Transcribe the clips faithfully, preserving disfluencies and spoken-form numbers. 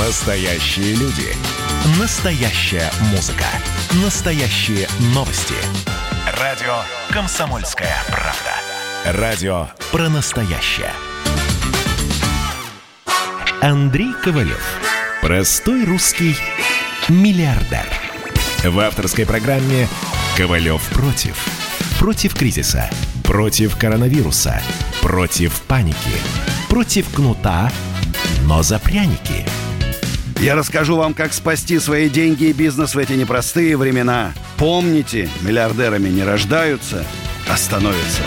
Настоящие люди. Настоящая музыка. Настоящие новости. Радио «Комсомольская правда». Радио про настоящее. Андрей Ковалев. Простой русский миллиардер. В авторской программе «Ковалев против». Против кризиса. Против коронавируса. Против паники. Против кнута, но за пряники. Я расскажу вам, как спасти свои деньги и бизнес в эти непростые времена. Помните, миллиардерами не рождаются, а становятся.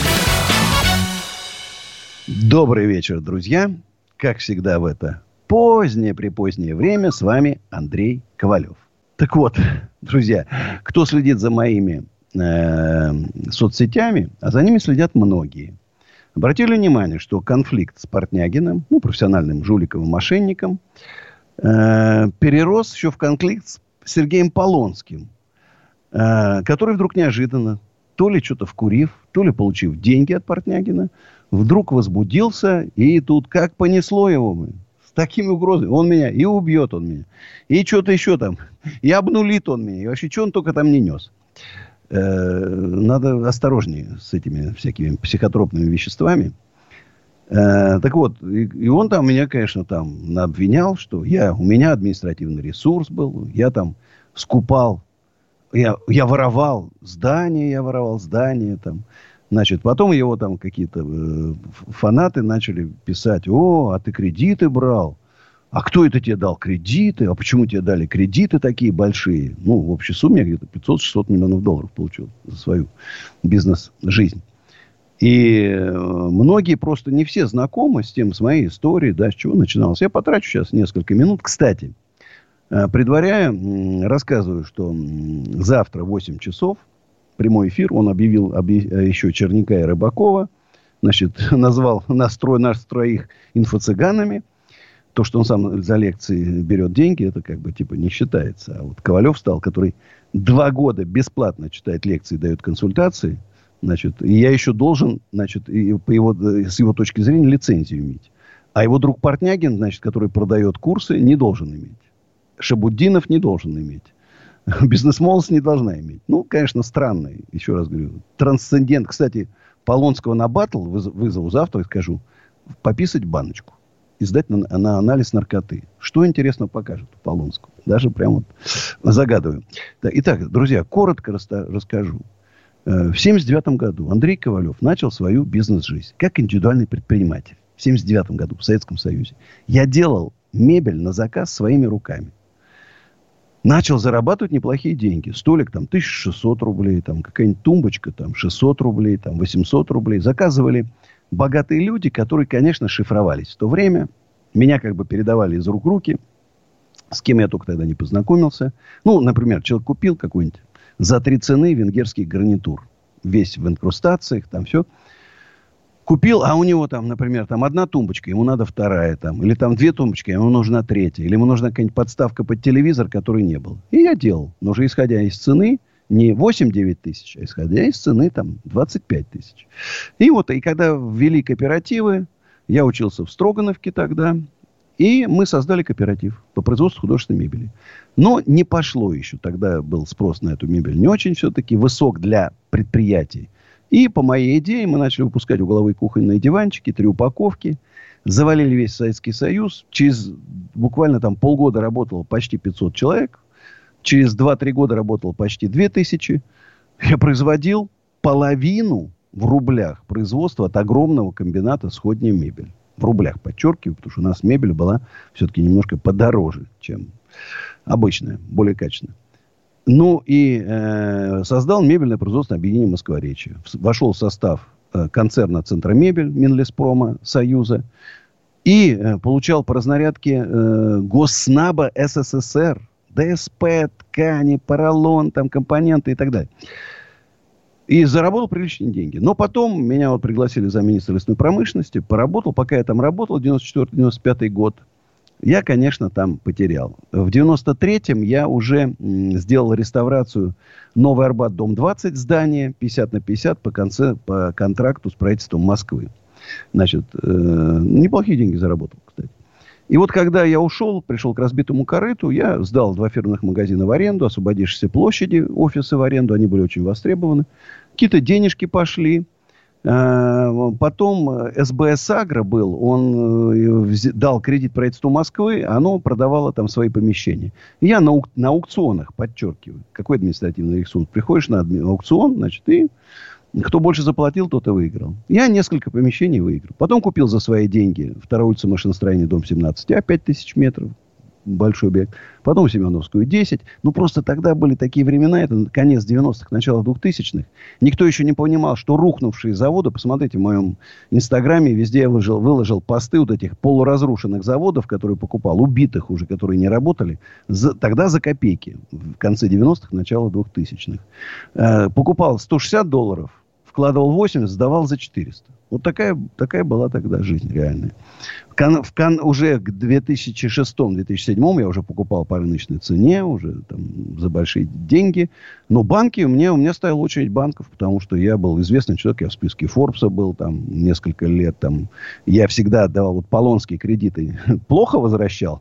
Добрый вечер, друзья. Как всегда в это позднее-припозднее время с вами Андрей Ковалев. Так вот, друзья, кто следит за моими э, соцсетями, а за ними следят многие, обратили внимание, что конфликт с Портнягиным, ну, профессиональным жуликовым мошенником, э, перерос еще в конфликт с Сергеем Полонским, э, который вдруг неожиданно, то ли что-то вкурив, то ли получив деньги от Портнягина, вдруг возбудился, и тут как понесло его, мы, с такими угрозами. Он меня и убьет он меня, и что-то еще там, и обнулит он меня, и вообще, что он только там не нес. Надо осторожнее с этими всякими психотропными веществами. Так вот, и, и он там меня, конечно, там обвинял, что я, у меня административный ресурс был, я там скупал, я, я воровал здания, я воровал здания там. Значит, потом его там какие-то э, фанаты начали писать: о, а ты кредиты брал. А кто это тебе дал кредиты? А почему тебе дали кредиты такие большие? Ну, в общей сумме я где-то пятьсот-шестьсот миллионов долларов получил за свою бизнес-жизнь. И многие просто не все знакомы с тем, с моей историей, да, с чего начиналось. Я потрачу сейчас несколько минут. Кстати, предваряя, рассказываю, что завтра в восемь часов прямой эфир. Он объявил объ... еще Черняка и Рыбакова. Значит, назвал настрой, нас троих инфо-цыганами. То, что он сам за лекции берет деньги, это как бы типа не считается. А вот Ковалев стал, который два года бесплатно читает лекции, дает консультации. Значит, и я еще должен, значит, и по его, с его точки зрения, лицензию иметь. А его друг Портнягин, значит, который продает курсы, не должен иметь. Шабуддинов не должен иметь. Бизнес-молодость не должна иметь. Ну, конечно, странно. Еще раз говорю. Трансцендент. Кстати, Полонского на баттл вызову завтра и скажу: пописать баночку. И сдать на, на анализ наркоты. Что интересно покажет Полонского. Даже прям вот загадываю. Да, итак, друзья, коротко раста- расскажу. Э, в семьдесят девятом году Андрей Ковалев начал свою бизнес-жизнь как индивидуальный предприниматель. В семьдесят девятом году в Советском Союзе. Я делал мебель на заказ своими руками. Начал зарабатывать неплохие деньги. Столик там тысяча шестьсот рублей. Там какая-нибудь тумбочка там шестьсот рублей. Там восемьсот рублей. Заказывали богатые люди, которые, конечно, шифровались в то время. Меня как бы передавали из рук в руки. С кем я только тогда не познакомился. Ну, например, человек купил какой-нибудь за три цены венгерский гарнитур. Весь в инкрустациях, там все. Купил, а у него там, например, там одна тумбочка, ему надо вторая там. Или там две тумбочки, ему нужна третья. Или ему нужна какая-нибудь подставка под телевизор, которой не было. И я делал. Но уже исходя из цены, не восемь-девять тысяч, а исходя из цены там двадцать пять тысяч. И вот, и когда ввели кооперативы, я учился в Строгановке тогда, и мы создали кооператив по производству художественной мебели. Но не пошло еще. Тогда был спрос на эту мебель не очень все-таки высок для предприятий. И по моей идее мы начали выпускать угловые кухонные диванчики, три упаковки. Завалили весь Советский Союз. Через буквально там полгода работало почти пятьсот человек. Через два-три года работало почти две тысячи. Я производил половину в рублях производства от огромного комбината «Сходня мебель». В рублях, подчеркиваю, потому что у нас мебель была все-таки немножко подороже, чем обычная, более качественная. Ну и э, создал мебельное производственное объединение Москворечья. Вошел в состав э, концерна «Центромебель» Минлеспрома Союза. И э, получал по разнарядке э, Госснаба СССР. ДСП, ткани, поролон, там, компоненты и так далее. И заработал приличные деньги. Но потом меня вот пригласили за министра лесной промышленности. Поработал, пока я там работал, девяносто четвёртый - девяносто пятый год. Я, конечно, там потерял. В девяносто третьем я уже м, сделал реставрацию Новый Арбат, дом двадцать, здание пятьдесят на пятьдесят по, конце, по контракту с правительством Москвы. Значит, э, неплохие деньги заработал, кстати. И вот когда я ушел, пришел к разбитому корыту, я сдал два фирменных магазина в аренду, освободившиеся площади, офисы в аренду, они были очень востребованы. Какие-то денежки пошли. Потом СБС Агро был, он дал кредит правительству Москвы, оно продавало там свои помещения. И я на, аук- на аукционах, подчеркиваю, какой административный ресурс, приходишь на адми- аукцион, значит, и кто больше заплатил, тот и выиграл. Я несколько помещений выиграл. Потом купил за свои деньги вторую улицу машиностроения, дом семнадцать А, пять тысяч метров. Большой объект. Потом Семеновскую десять. Ну, просто тогда были такие времена, это конец девяностых, начало двухтысячных. Никто еще не понимал, что рухнувшие заводы, посмотрите, в моем инстаграме везде я выложил, выложил посты вот этих полуразрушенных заводов, которые покупал, убитых уже, которые не работали, за, тогда за копейки, в конце девяностых, начало двухтысячных. Э, покупал сто шестьдесят долларов, вкладывал восемьдесят, сдавал за четыреста. Вот такая, такая была тогда жизнь реальная. В кон, в кон, уже к две тысячи шестом - две тысячи седьмом я уже покупал по рыночной цене, уже там, за большие деньги. Но банки, у меня, у меня стояла очередь банков, потому что я был известный человек, я в списке Форбса был там несколько лет. Там, я всегда отдавал вот полонские кредиты. Плохо возвращал.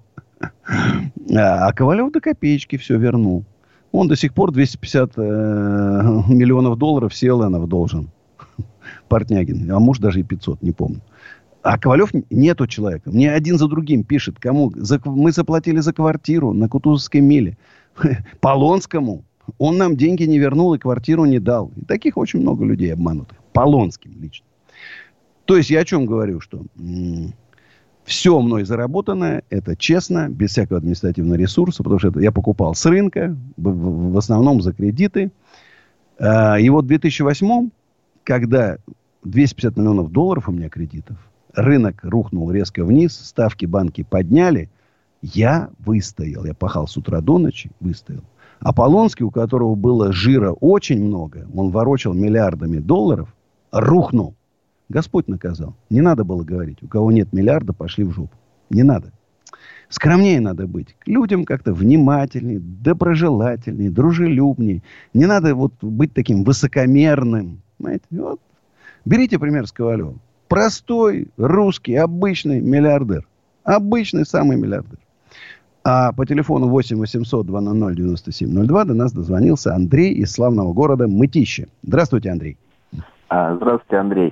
А Ковалев до копеечки все вернул. Он до сих пор двести пятьдесят э, миллионов долларов Сиэлэнов должен. Портнягин. А может, даже и пятьсот, не помню. А Ковалев нету человека. Мне один за другим пишет, кому за, мы заплатили за квартиру на Кутузовской миле. Полонскому. Он нам деньги не вернул и квартиру не дал. И таких очень много людей обманутых. Полонским лично. То есть я о чем говорю, что м- все мной заработанное, это честно, без всякого административного ресурса, потому что это я покупал с рынка, в, в основном за кредиты. А, и вот в две тысячи восьмом, когда двести пятьдесят миллионов долларов у меня кредитов, рынок рухнул резко вниз, ставки банки подняли, я выстоял. Я пахал с утра до ночи, выстоял. А Полонский, у которого было жира очень много, он ворочал миллиардами долларов, рухнул. Господь наказал. Не надо было говорить. У кого нет миллиарда, пошли в жопу. Не надо. Скромнее надо быть. К людям как-то внимательнее, доброжелательнее, дружелюбнее. Не надо вот быть таким высокомерным. Знаете, вот. Берите пример с Ковалева. Простой, русский, обычный миллиардер. Обычный самый миллиардер. А по телефону восемь восемьсот два ноль ноль девяносто семь ноль два до нас дозвонился Андрей из славного города Мытищи. Здравствуйте, Андрей. Здравствуйте, Андрей.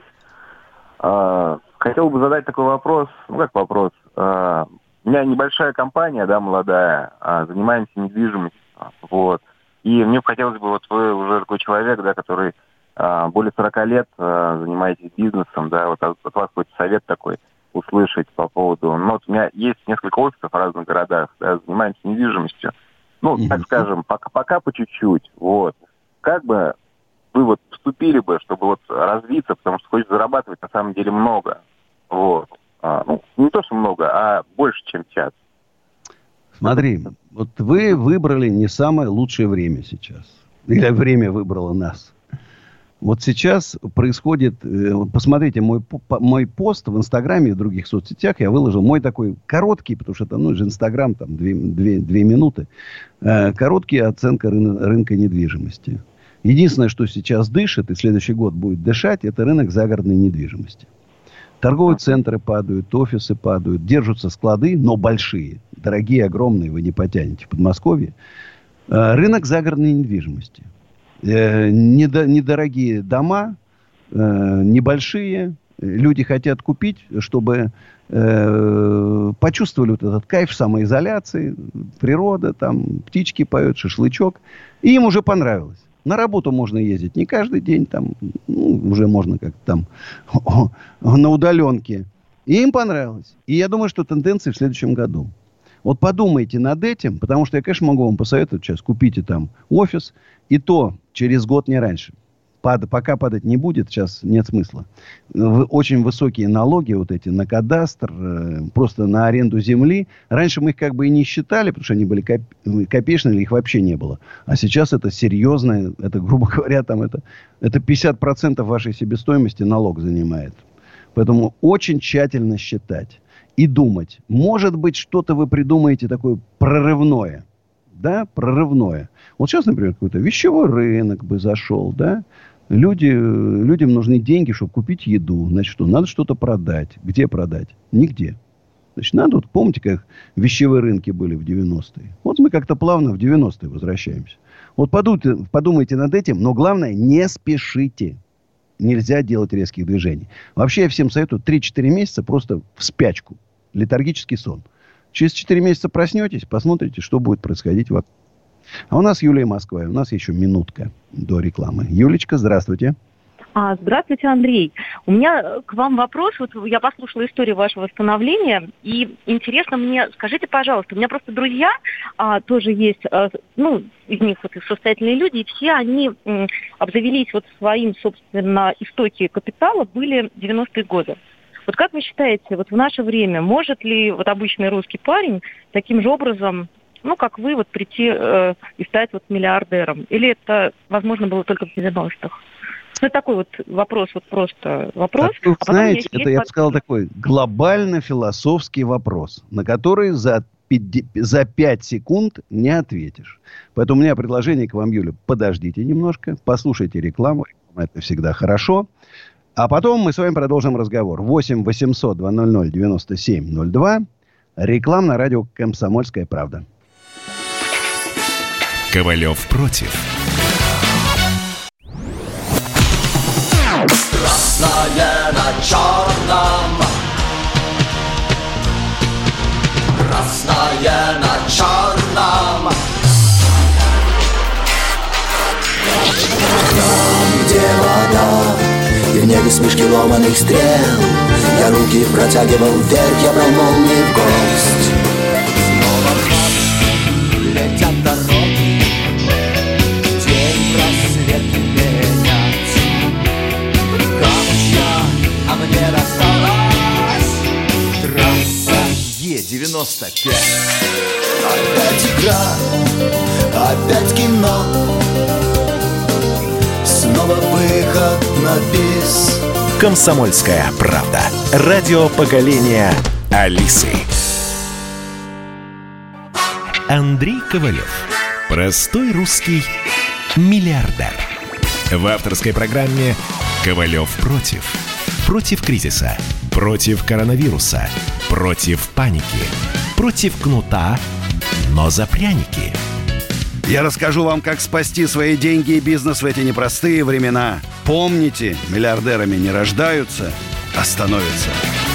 Хотел бы задать такой вопрос. Ну, как вопрос? У меня небольшая компания, да, молодая. Занимаемся недвижимостью. Вот. И мне хотелось бы, вот вы уже такой человек, да, который более сорок лет занимаетесь бизнесом, да, вот от вас какой-то совет такой услышать по поводу... Ну, вот у меня есть несколько офисов в разных городах, да, занимаемся недвижимостью. Ну, mm-hmm. так скажем, пока, пока по чуть-чуть, вот. Как бы вы вот вступили бы, чтобы вот развиться, потому что хочется зарабатывать на самом деле много. Вот. А, ну, не то, что много, а больше, чем час. Смотри, вот вы выбрали не самое лучшее время сейчас. Или время выбрало нас. Вот сейчас происходит... Посмотрите, мой, мой пост в Инстаграме и в других соцсетях я выложил. Мой такой короткий, потому что это, ну, же Инстаграм, там, две, две, две минуты. Э, короткий оценка рын, рынка недвижимости. Единственное, что сейчас дышит, и следующий год будет дышать, это рынок загородной недвижимости. Торговые центры падают, офисы падают, держатся склады, но большие. Дорогие, огромные, вы не потянете в Подмосковье. Э, рынок загородной недвижимости. Недорогие дома, небольшие. Люди хотят купить, чтобы почувствовали вот этот кайф самоизоляции, природа, там птички поют, шашлычок. И им уже понравилось. На работу можно ездить не каждый день, там, ну, уже можно как-то там на удаленке. И им понравилось. И я думаю, что тенденции в следующем году. Вот подумайте над этим, потому что я, конечно, могу вам посоветовать сейчас. Купите там офис, и то через год, не раньше. Пад, пока падать не будет, сейчас нет смысла. Очень высокие налоги вот эти на кадастр, просто на аренду земли. Раньше мы их как бы и не считали, потому что они были коп, копеечные, или их вообще не было. А сейчас это серьезно, это, грубо говоря, там это, это пятьдесят процентов вашей себестоимости налог занимает. Поэтому очень тщательно считать. И думать, может быть, что-то вы придумаете такое прорывное. Да, прорывное. Вот сейчас, например, какой-то вещевой рынок бы зашел, да. Люди, людям нужны деньги, чтобы купить еду. Значит, что? Надо что-то продать. Где продать? Нигде. Значит, надо, вот помните, как вещевые рынки были в девяностые? Вот мы как-то плавно в девяностые возвращаемся. Вот подумайте, подумайте над этим, но главное, не спешите. Нельзя делать резких движений. Вообще, я всем советую три-четыре месяца просто в спячку. Летаргический сон. Через четыре месяца проснетесь, посмотрите, что будет происходить вокруг. А у нас Юлия Москва. У нас еще минутка до рекламы. Юлечка, здравствуйте. А, здравствуйте, Андрей. У меня к вам вопрос. Вот я послушала историю вашего становления, и интересно мне, скажите, пожалуйста, у меня просто друзья а, тоже есть, а, ну, из них вот состоятельные люди, и все они м, обзавелись вот своим, собственно, истоки капитала были девяностые годы. Вот как вы считаете, вот в наше время может ли вот обычный русский парень таким же образом, ну, как вы, вот прийти э, и стать вот миллиардером? Или это возможно было только в девяностых? Ну, такой вот вопрос, вот просто вопрос. Так, вы а знаете, это, я бы под... сказал, такой глобально-философский вопрос, на который за, за пять секунд не ответишь. Поэтому у меня предложение к вам, Юля. Подождите немножко, послушайте рекламу. Это всегда хорошо. А потом мы с вами продолжим разговор. восемь восемьсот двести девяносто семь ноль два. Реклама на радио «Комсомольская правда». Ковалев против. Красное на черном, красное на черном. Там, где вода, и в небе смешки ломаных стрел, я руки протягивал вверх, я брал молнии в гость. Снова в ночь летят дороги, день рассвет менять. А мне досталась трасса Е девяносто пять. Опять игра, опять кино, снова выход на бис. «Комсомольская правда». Радио поколения Алисы. Андрей Ковалев. Простой русский миллиардер. В авторской программе «Ковалев против». Против кризиса, против коронавируса, против паники, против кнута, но за пряники. Я расскажу вам, как спасти свои деньги и бизнес в эти непростые времена. Помните, миллиардерами не рождаются, а становятся.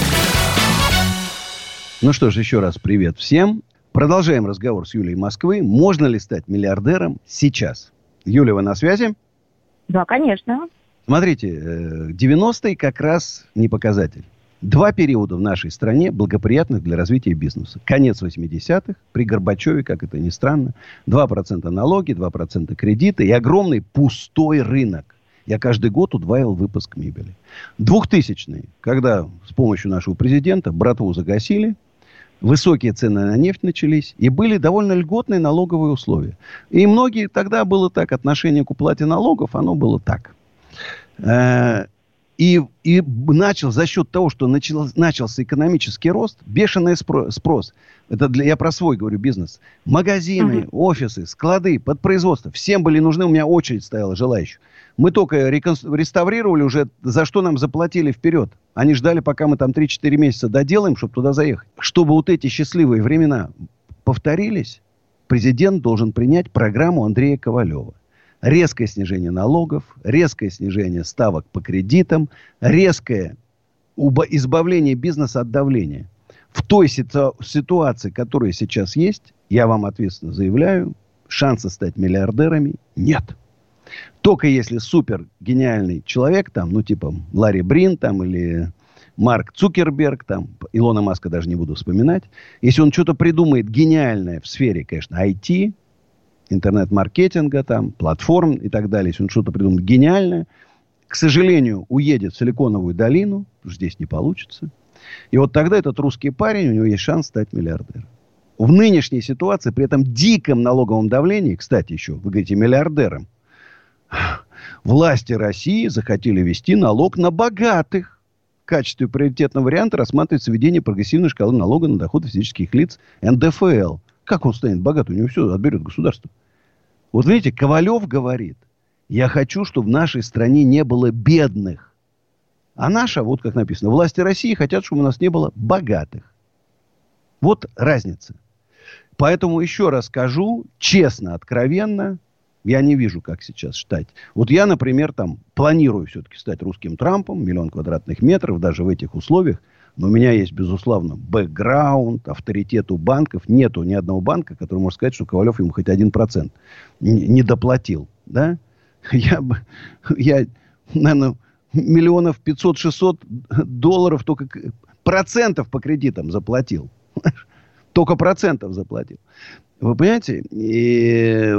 Ну что ж, еще раз привет всем. Продолжаем разговор с Юлией Москвы. Можно ли стать миллиардером сейчас? Юлия, вы на связи? Да, конечно. Смотрите, девяностые как раз не показатель. Два периода в нашей стране благоприятных для развития бизнеса. Конец восьмидесятых, при Горбачеве, как это ни странно, два процента налоги, два процента кредиты и огромный пустой рынок. Я каждый год удваивал выпуск мебели. Двухтысячные, когда с помощью нашего президента братву загасили, высокие цены на нефть начались, и были довольно льготные налоговые условия. И многие тогда было так, отношение к уплате налогов, оно было так. И, и начал за счет того, что начал, начался экономический рост, бешеный спро, спрос. Это для, я про свой говорю бизнес. Магазины, uh-huh. офисы, склады, подпроизводство. Всем были нужны, у меня очередь стояла желающих. Мы только реконстru... реставрировали уже, за что нам заплатили вперед. Они ждали, пока мы там три-четыре месяца доделаем, чтобы туда заехать. Чтобы вот эти счастливые времена повторились, президент должен принять программу Андрея Ковалева. Резкое снижение налогов, резкое снижение ставок по кредитам, резкое избавление бизнеса от давления. В той ситу- ситуации, которая сейчас есть, я вам ответственно заявляю, шанса стать миллиардерами нет. Только если супер гениальный человек, там, ну типа Ларри Брин там, или Марк Цукерберг, там, Илона Маска даже не буду вспоминать, если он что-то придумает гениальное в сфере, конечно, ай ти, интернет-маркетинга, там, платформ и так далее. Если он что-то придумает гениальное, к сожалению, уедет в Силиконовую долину, здесь не получится. И вот тогда этот русский парень, у него есть шанс стать миллиардером. В нынешней ситуации, при этом диком налоговом давлении, кстати, еще, вы говорите, миллиардером, власти России захотели ввести налог на богатых. В качестве приоритетного варианта рассматривается введение прогрессивной шкалы налога на доходы физических лиц эн дэ эф эл. Как он станет богатым? У него все отберет государство. Вот видите, Ковалев говорит, я хочу, чтобы в нашей стране не было бедных. А наша, вот как написано, власти России хотят, чтобы у нас не было богатых. Вот разница. Поэтому еще раз скажу, честно, откровенно, я не вижу, как сейчас стать. Вот я, например, там планирую все-таки стать русским Трампом, миллион квадратных метров, даже в этих условиях. Но у меня есть, безусловно, бэкграунд, авторитет у банков. Нету ни одного банка, который может сказать, что Ковалев ему хоть один процент не доплатил. Да? Я, я, наверное, миллионов пятьсот-шестьсот долларов только процентов по кредитам заплатил. Только процентов заплатил. Вы понимаете? И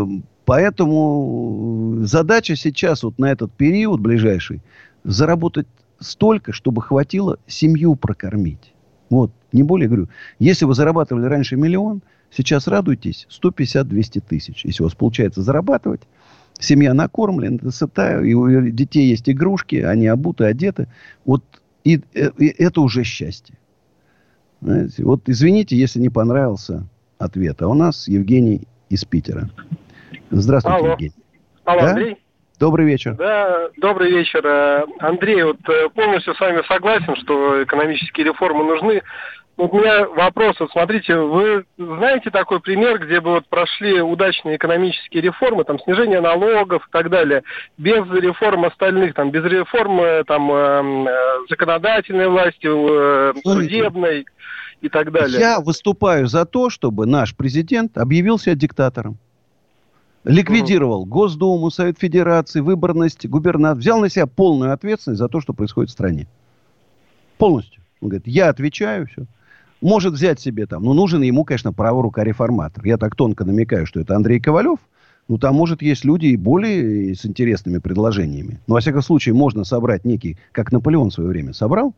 поэтому задача сейчас вот на этот период ближайший заработать столько, чтобы хватило семью прокормить. Вот, не более говорю. Если вы зарабатывали раньше миллион, сейчас радуйтесь сто пятьдесят - двести тысяч. Если у вас получается зарабатывать, семья накормлена, сытая, и у детей есть игрушки, они обуты, одеты. Вот и, и это уже счастье. Знаете, вот извините, если не понравился ответ. А у нас Евгений из Питера. Здравствуйте, Алло. Евгений. Алло, Да? Андрей? Добрый вечер. Да, добрый вечер. Э, Андрей, вот э, полностью с вами согласен, что экономические реформы нужны. Вот у меня вопрос. Вот смотрите, вы знаете такой пример, где бы вот прошли удачные экономические реформы, там снижение налогов и так далее, без реформ остальных, там без реформы там э, законодательной власти, э, судебной и так далее? Я выступаю за то, чтобы наш президент объявил себя диктатором. Ликвидировал Госдуму, Совет Федерации, выборность, губернатор. Взял на себя полную ответственность за то, что происходит в стране. Полностью. Он говорит, я отвечаю, все. Может взять себе там, ну, нужен ему, конечно, правая рука реформатор. Я так тонко намекаю, что это Андрей Ковалев. Ну, там, может, есть люди и более с интересными предложениями. Но, во всяком случае, можно собрать некий, как Наполеон в свое время собрал,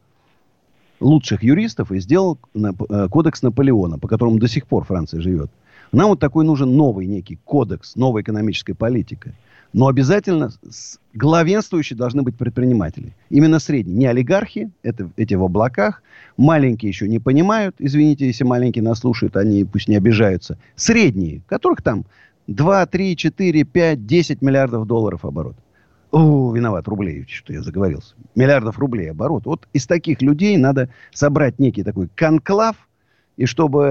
лучших юристов и сделал кодекс Наполеона, по которому до сих пор Франция живет. Нам вот такой нужен новый некий кодекс, новая экономическая политика. Но обязательно главенствующие должны быть предприниматели. Именно средние. Не олигархи, это, эти в облаках. Маленькие еще не понимают. Извините, если маленькие нас слушают, они пусть не обижаются. Средние, которых там два, три, четыре, пять, десять миллиардов долларов оборот. О, виноват, рублей, что я заговорился. Миллиардов рублей оборот. Вот из таких людей надо собрать некий такой конклав. И чтобы,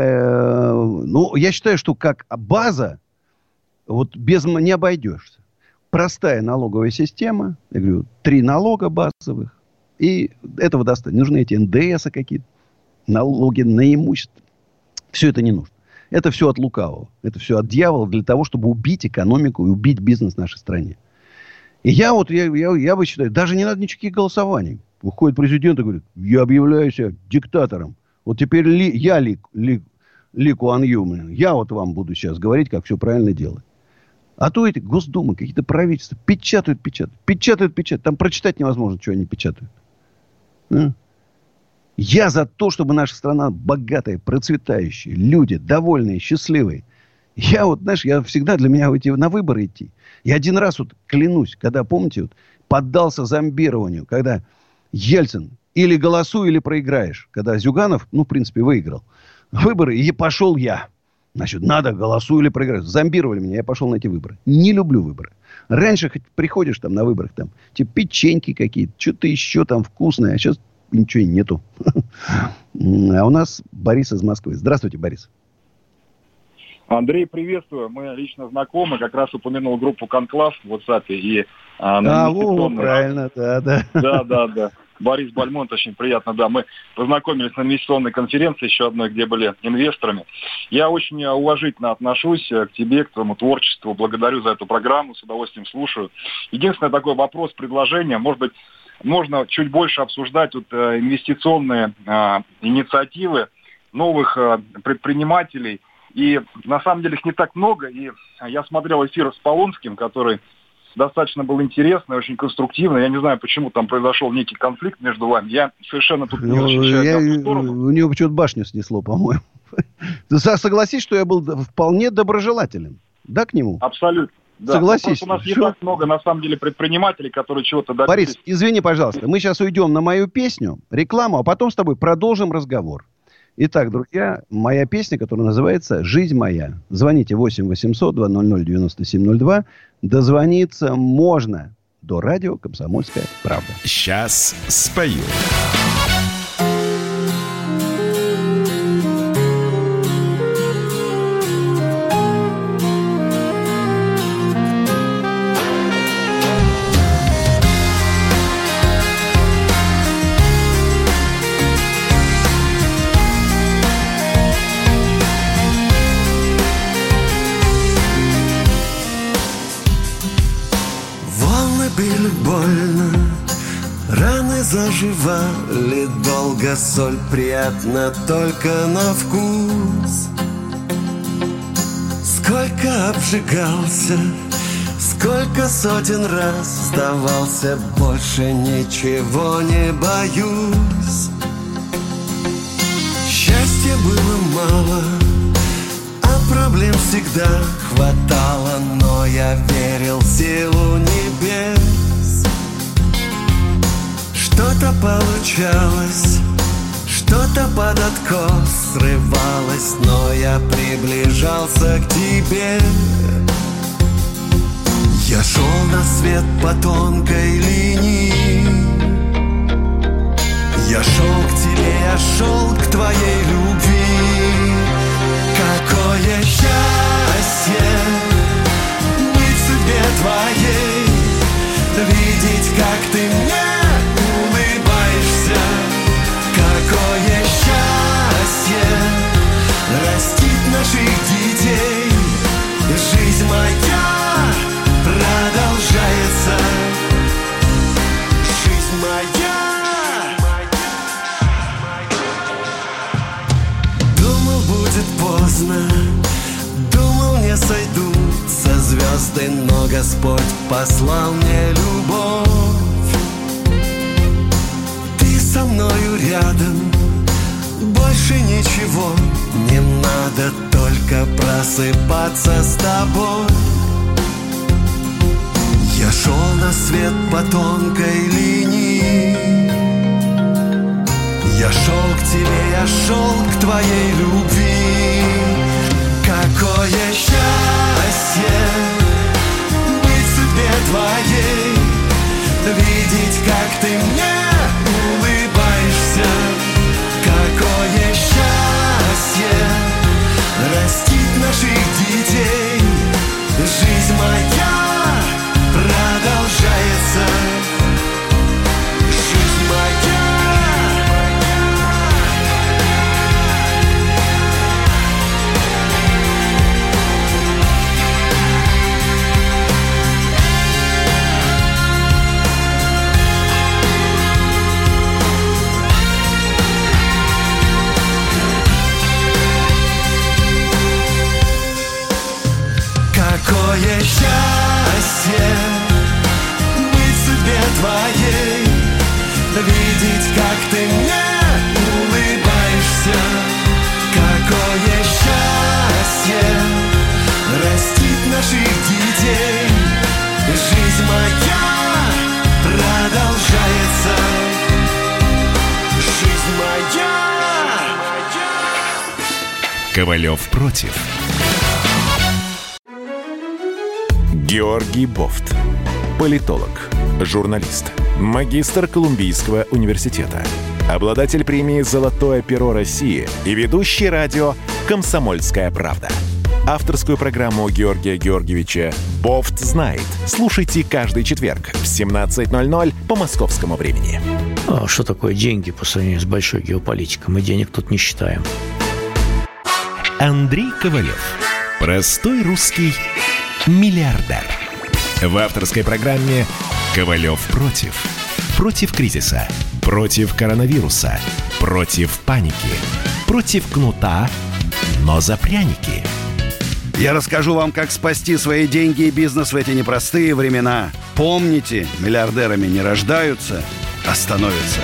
ну, я считаю, что как база, вот без не обойдешься. Простая налоговая система, я говорю, три налога базовых, и этого достаточно. Нужны эти эн дэ эсы какие-то, налоги на имущество. Все это не нужно. Это все от лукавого. Это все от дьявола для того, чтобы убить экономику и убить бизнес в нашей стране. И я вот, я, я, я бы считаю, даже не надо никаких голосований. Выходит президент и говорит, я объявляю себя диктатором. Вот теперь ли, я Ли, Ли, Ли Куан Ю, я вот вам буду сейчас говорить, как все правильно делать. А то эти Госдумы, какие-то правительства печатают, печатают, печатают, печатают. Там прочитать невозможно, что они печатают. А? Я за то, чтобы наша страна богатая, процветающая, люди довольные, счастливые. Я вот, знаешь, я всегда для меня идти на выборы идти. Я один раз вот клянусь, когда, помните, вот, поддался зомбированию, когда Ельцин или голосуй, или проиграешь. Когда Зюганов, ну, в принципе, выиграл выборы, и пошел я. Значит, надо, голосуй или проиграешь. Зомбировали меня, я пошел на эти выборы. Не люблю выборы. Раньше хоть приходишь там на выборах, там, типа печеньки какие-то, что-то еще там вкусное, а сейчас ничего нету. А у нас Борис из Москвы. Здравствуйте, Борис. Андрей, приветствую. Мы лично знакомы. Как раз упомянул группу «Конклав» в WhatsApp. И, а, а о, правильно, да, да. Да, да, да. Борис Бальмонт, очень приятно, да. Мы познакомились на инвестиционной конференции еще одной, где были инвесторами. Я очень уважительно отношусь к тебе, к твоему творчеству. Благодарю за эту программу, с удовольствием слушаю. Единственный такой вопрос, предложение. Может быть, можно чуть больше обсуждать вот, инвестиционные а, инициативы новых а, предпринимателей. И на самом деле их не так много. И я смотрел эфир с Полонским, который достаточно был интересный, очень конструктивный. Я не знаю, почему там произошел некий конфликт между вами. Я совершенно тут не ощущаю сторону. У него почему-то башню снесло, по-моему. Ты согласись, что я был вполне доброжелателен. Да, к нему? Абсолютно. Да. Согласись. У нас не так много, на самом деле, предпринимателей, которые чего-то добились. Борис, извини, пожалуйста. Мы сейчас уйдем на мою песню, рекламу, а потом с тобой продолжим разговор. Итак, друзья, моя песня, которая называется «Жизнь моя». Звоните восемь восемьсот два ноль ноль девяносто семь ноль два. Дозвониться можно до радио «Комсомольская правда». Сейчас спою. били больно, раны заживали долго, соль приятна только на вкус. Сколько обжигался, сколько сотен раз сдавался, больше ничего не боюсь. Счастья было мало, а проблем всегда хватало, но я верил в силу небес. Что-то получалось, что-то под откос срывалось, но я приближался к тебе. Я шел на свет по тонкой линии, я шел к тебе, я шел к твоей любви. Какое счастье быть в судьбе твоей, видеть, как ты мне улыбаешься. Какое счастье растить наших детей, жизнь моя продолжается, жизнь моя. Думал, будет поздно, думал, не сойдутся звезды, но Господь послал мне любовь. Ты со мною рядом, больше ничего не надо, только просыпаться с тобой. Я шел на свет по тонкой линии, я шел к тебе, я шел к твоей любви. Какое счастье быть в судьбе твоей, видеть, как ты мне улыбаешься. Какое счастье растить наших детей, жизнь моя продолжается, жизнь моя. Какое счастье быть в судьбе твоей, видеть, как ты мне улыбаешься. Какое счастье растить наших детей, жизнь моя продолжается, жизнь моя. Ковалев против. Георгий Бофт. Политолог, журналист, магистр Колумбийского университета, обладатель премии «Золотое перо России» и ведущий радио «Комсомольская правда». Авторскую программу Георгия Георгиевича «Бофт знает». Слушайте каждый четверг в семнадцать ноль ноль по московскому времени. А что такое деньги по сравнению с большой геополитикой? Мы денег тут не считаем. Андрей Ковалев. Простой русский миллиардер. В авторской программе «Ковалев против». Против кризиса, против коронавируса, против паники, против кнута, но за пряники. Я расскажу вам, как спасти свои деньги и бизнес в эти непростые времена. Помните, миллиардерами не рождаются, а становятся.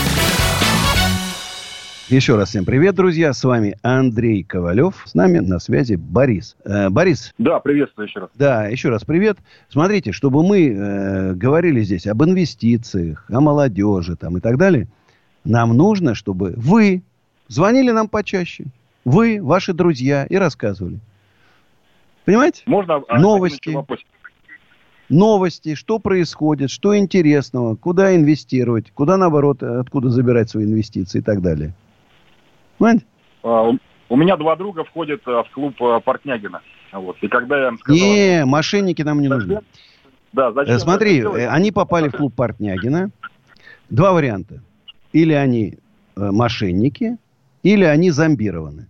Еще раз всем привет, друзья. С вами Андрей Ковалев. С нами на связи Борис. Э, Борис. Да, приветствую еще раз. Да, еще раз привет. Смотрите, чтобы мы э, говорили здесь об инвестициях, о молодежи там, и так далее, нам нужно, чтобы вы звонили нам почаще. Вы, ваши друзья, и рассказывали. Понимаете? Можно новости. Новости, что происходит, что интересного, куда инвестировать, куда, наоборот, откуда забирать свои инвестиции и так далее. Понимаете? А, у меня два друга входят в клуб Портнягина. Вот. И когда я им сказал... Не, мошенники нам не нужны. Да, зачем? Смотри, они попали в клуб Портнягина. Два варианта. Или они мошенники, или они зомбированы.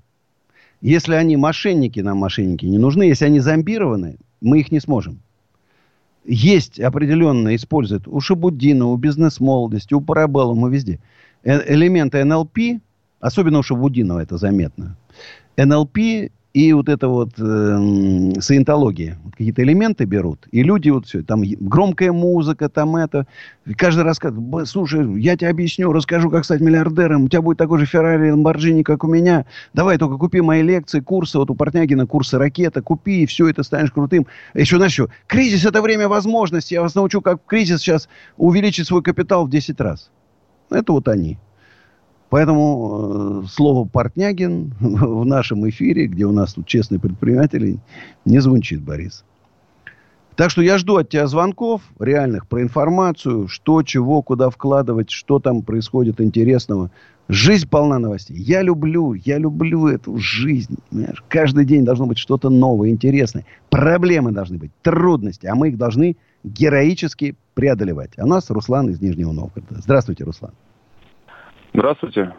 Если они мошенники, нам мошенники не нужны. Если они зомбированы, мы их не сможем. есть определенно, используют у Шабуддина, у бизнес-молодости, у Парабеллума, везде. Э- элементы эн эл пи, особенно у Шабуддинова это заметно. эн эл пи и вот это вот э, саентология. Вот какие-то элементы берут, и люди вот все, там громкая музыка, там это. И каждый раз сказывает: слушай, я тебе объясню, расскажу, как стать миллиардером. У тебя будет такой же Феррари, Ламборджини, как у меня. Давай только купи мои лекции, курсы. Вот у Портнягина курсы ракета. Купи, и все, это станешь крутым. Еще, знаешь что? Кризис — это время возможностей. Я вас научу, как в кризис сейчас увеличить свой капитал в десять раз. Это вот они. Поэтому э, слово «Портнягин» в нашем эфире, где у нас тут честные предприниматели, не звучит, Борис. Так что я жду от тебя звонков реальных про информацию, что, чего, куда вкладывать, что там происходит интересного. Жизнь полна новостей. Я люблю, я люблю эту жизнь. Понимаешь? Каждый день должно быть что-то новое, интересное. Проблемы должны быть, трудности, а мы их должны героически преодолевать. А у нас Руслан из Нижнего Новгорода. Здравствуйте, Руслан. Здравствуйте.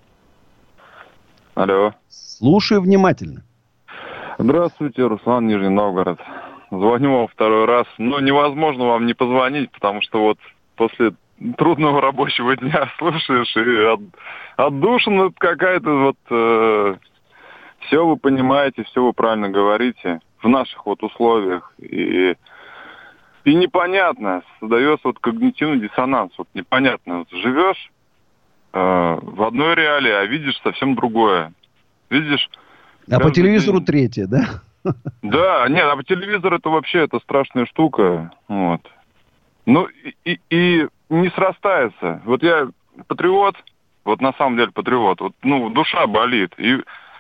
Алло. Слушаю внимательно. Здравствуйте, Руслан, Нижний Новгород. Звоню вам второй раз. Ну, невозможно вам не позвонить, потому что вот после трудного рабочего дня слушаешь, и от, отдушина какая-то вот... Э, все вы понимаете, все вы правильно говорите в наших вот условиях. И, и непонятно, создается вот когнитивный диссонанс. Вот непонятно, вот живешь в одной реалии, а видишь совсем другое. Видишь... А по телевизору день... третье, да? Да, нет, а по телевизору это вообще это страшная штука. Вот. Ну, и, и, и не срастается. Вот я патриот, вот на самом деле патриот, вот, ну, душа болит. И,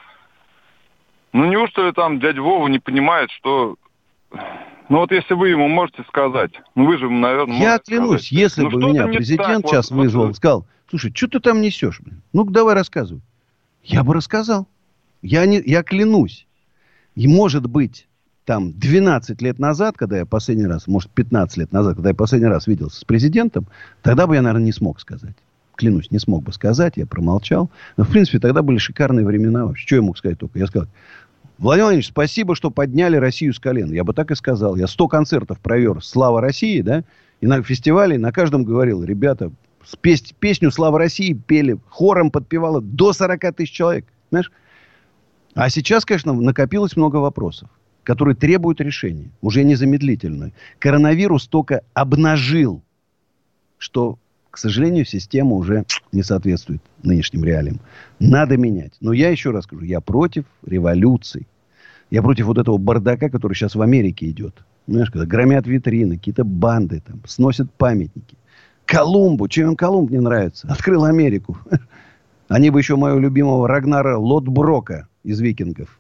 ну, неужто ли там дядя Вова не понимает, что... Ну, вот если вы ему можете сказать, ну, вы же, наверное, я клянусь, сказать. если ну, бы меня президент так, сейчас вот, вызвал, вот... сказал: слушай, что ты там несешь? Ну-ка, давай рассказывай. Я бы рассказал. Я, не, я клянусь. И, может быть, там, двенадцать лет назад, когда я последний раз, может, пятнадцать лет назад, когда я последний раз виделся с президентом, тогда бы я, наверное, не смог сказать. Клянусь, не смог бы сказать, я промолчал. Но, в принципе, тогда были шикарные времена вообще. Что я мог сказать только? Я сказал: Владимир Владимирович, спасибо, что подняли Россию с колен. Я бы так и сказал. Я сто концертов провел «Слава России», да, и на фестивале на каждом говорил: ребята, пес- песню «Слава России» пели, хором подпевало до сорок тысяч человек. Знаешь? А сейчас, конечно, накопилось много вопросов, которые требуют решения, уже незамедлительно. Коронавирус только обнажил, что, к сожалению, система уже не соответствует нынешним реалиям. Надо менять. Но я еще раз скажу, я против революций. Я против вот этого бардака, который сейчас в Америке идет. Знаешь, когда громят витрины, какие-то банды там, сносят памятники. Колумбу, чем им Колумб не нравится? Открыл Америку. Они бы еще моего любимого Рагнара Лотброка из «Викингов»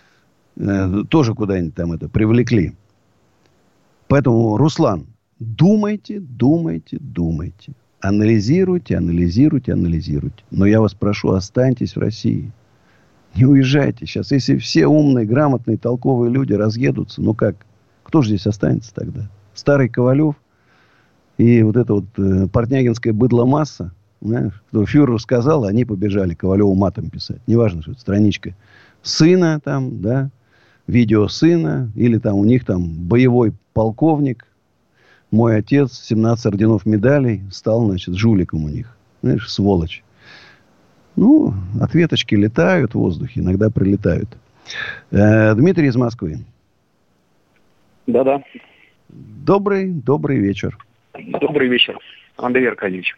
э, тоже куда-нибудь там это привлекли. Поэтому, Руслан, думайте, думайте, думайте. Анализируйте, анализируйте, анализируйте. Но я вас прошу, останьтесь в России. Не уезжайте сейчас. Если все умные, грамотные, толковые люди разъедутся, ну как? Кто же здесь останется тогда? Старый Ковалев и вот эта вот э, портнягинская быдломасса, знаешь, кто фюрер сказал, они побежали Ковалеву матом писать. Неважно, что это страничка сына там, да, видео сына, или там у них там боевой полковник. Мой отец, семнадцать орденов медалей, стал, значит, жуликом у них. Знаешь, сволочь. Ну, ответочки летают в воздухе, иногда прилетают. Э, Дмитрий из Москвы. Да-да. Добрый, добрый вечер. Добрый вечер, Андрей Аркадьевич.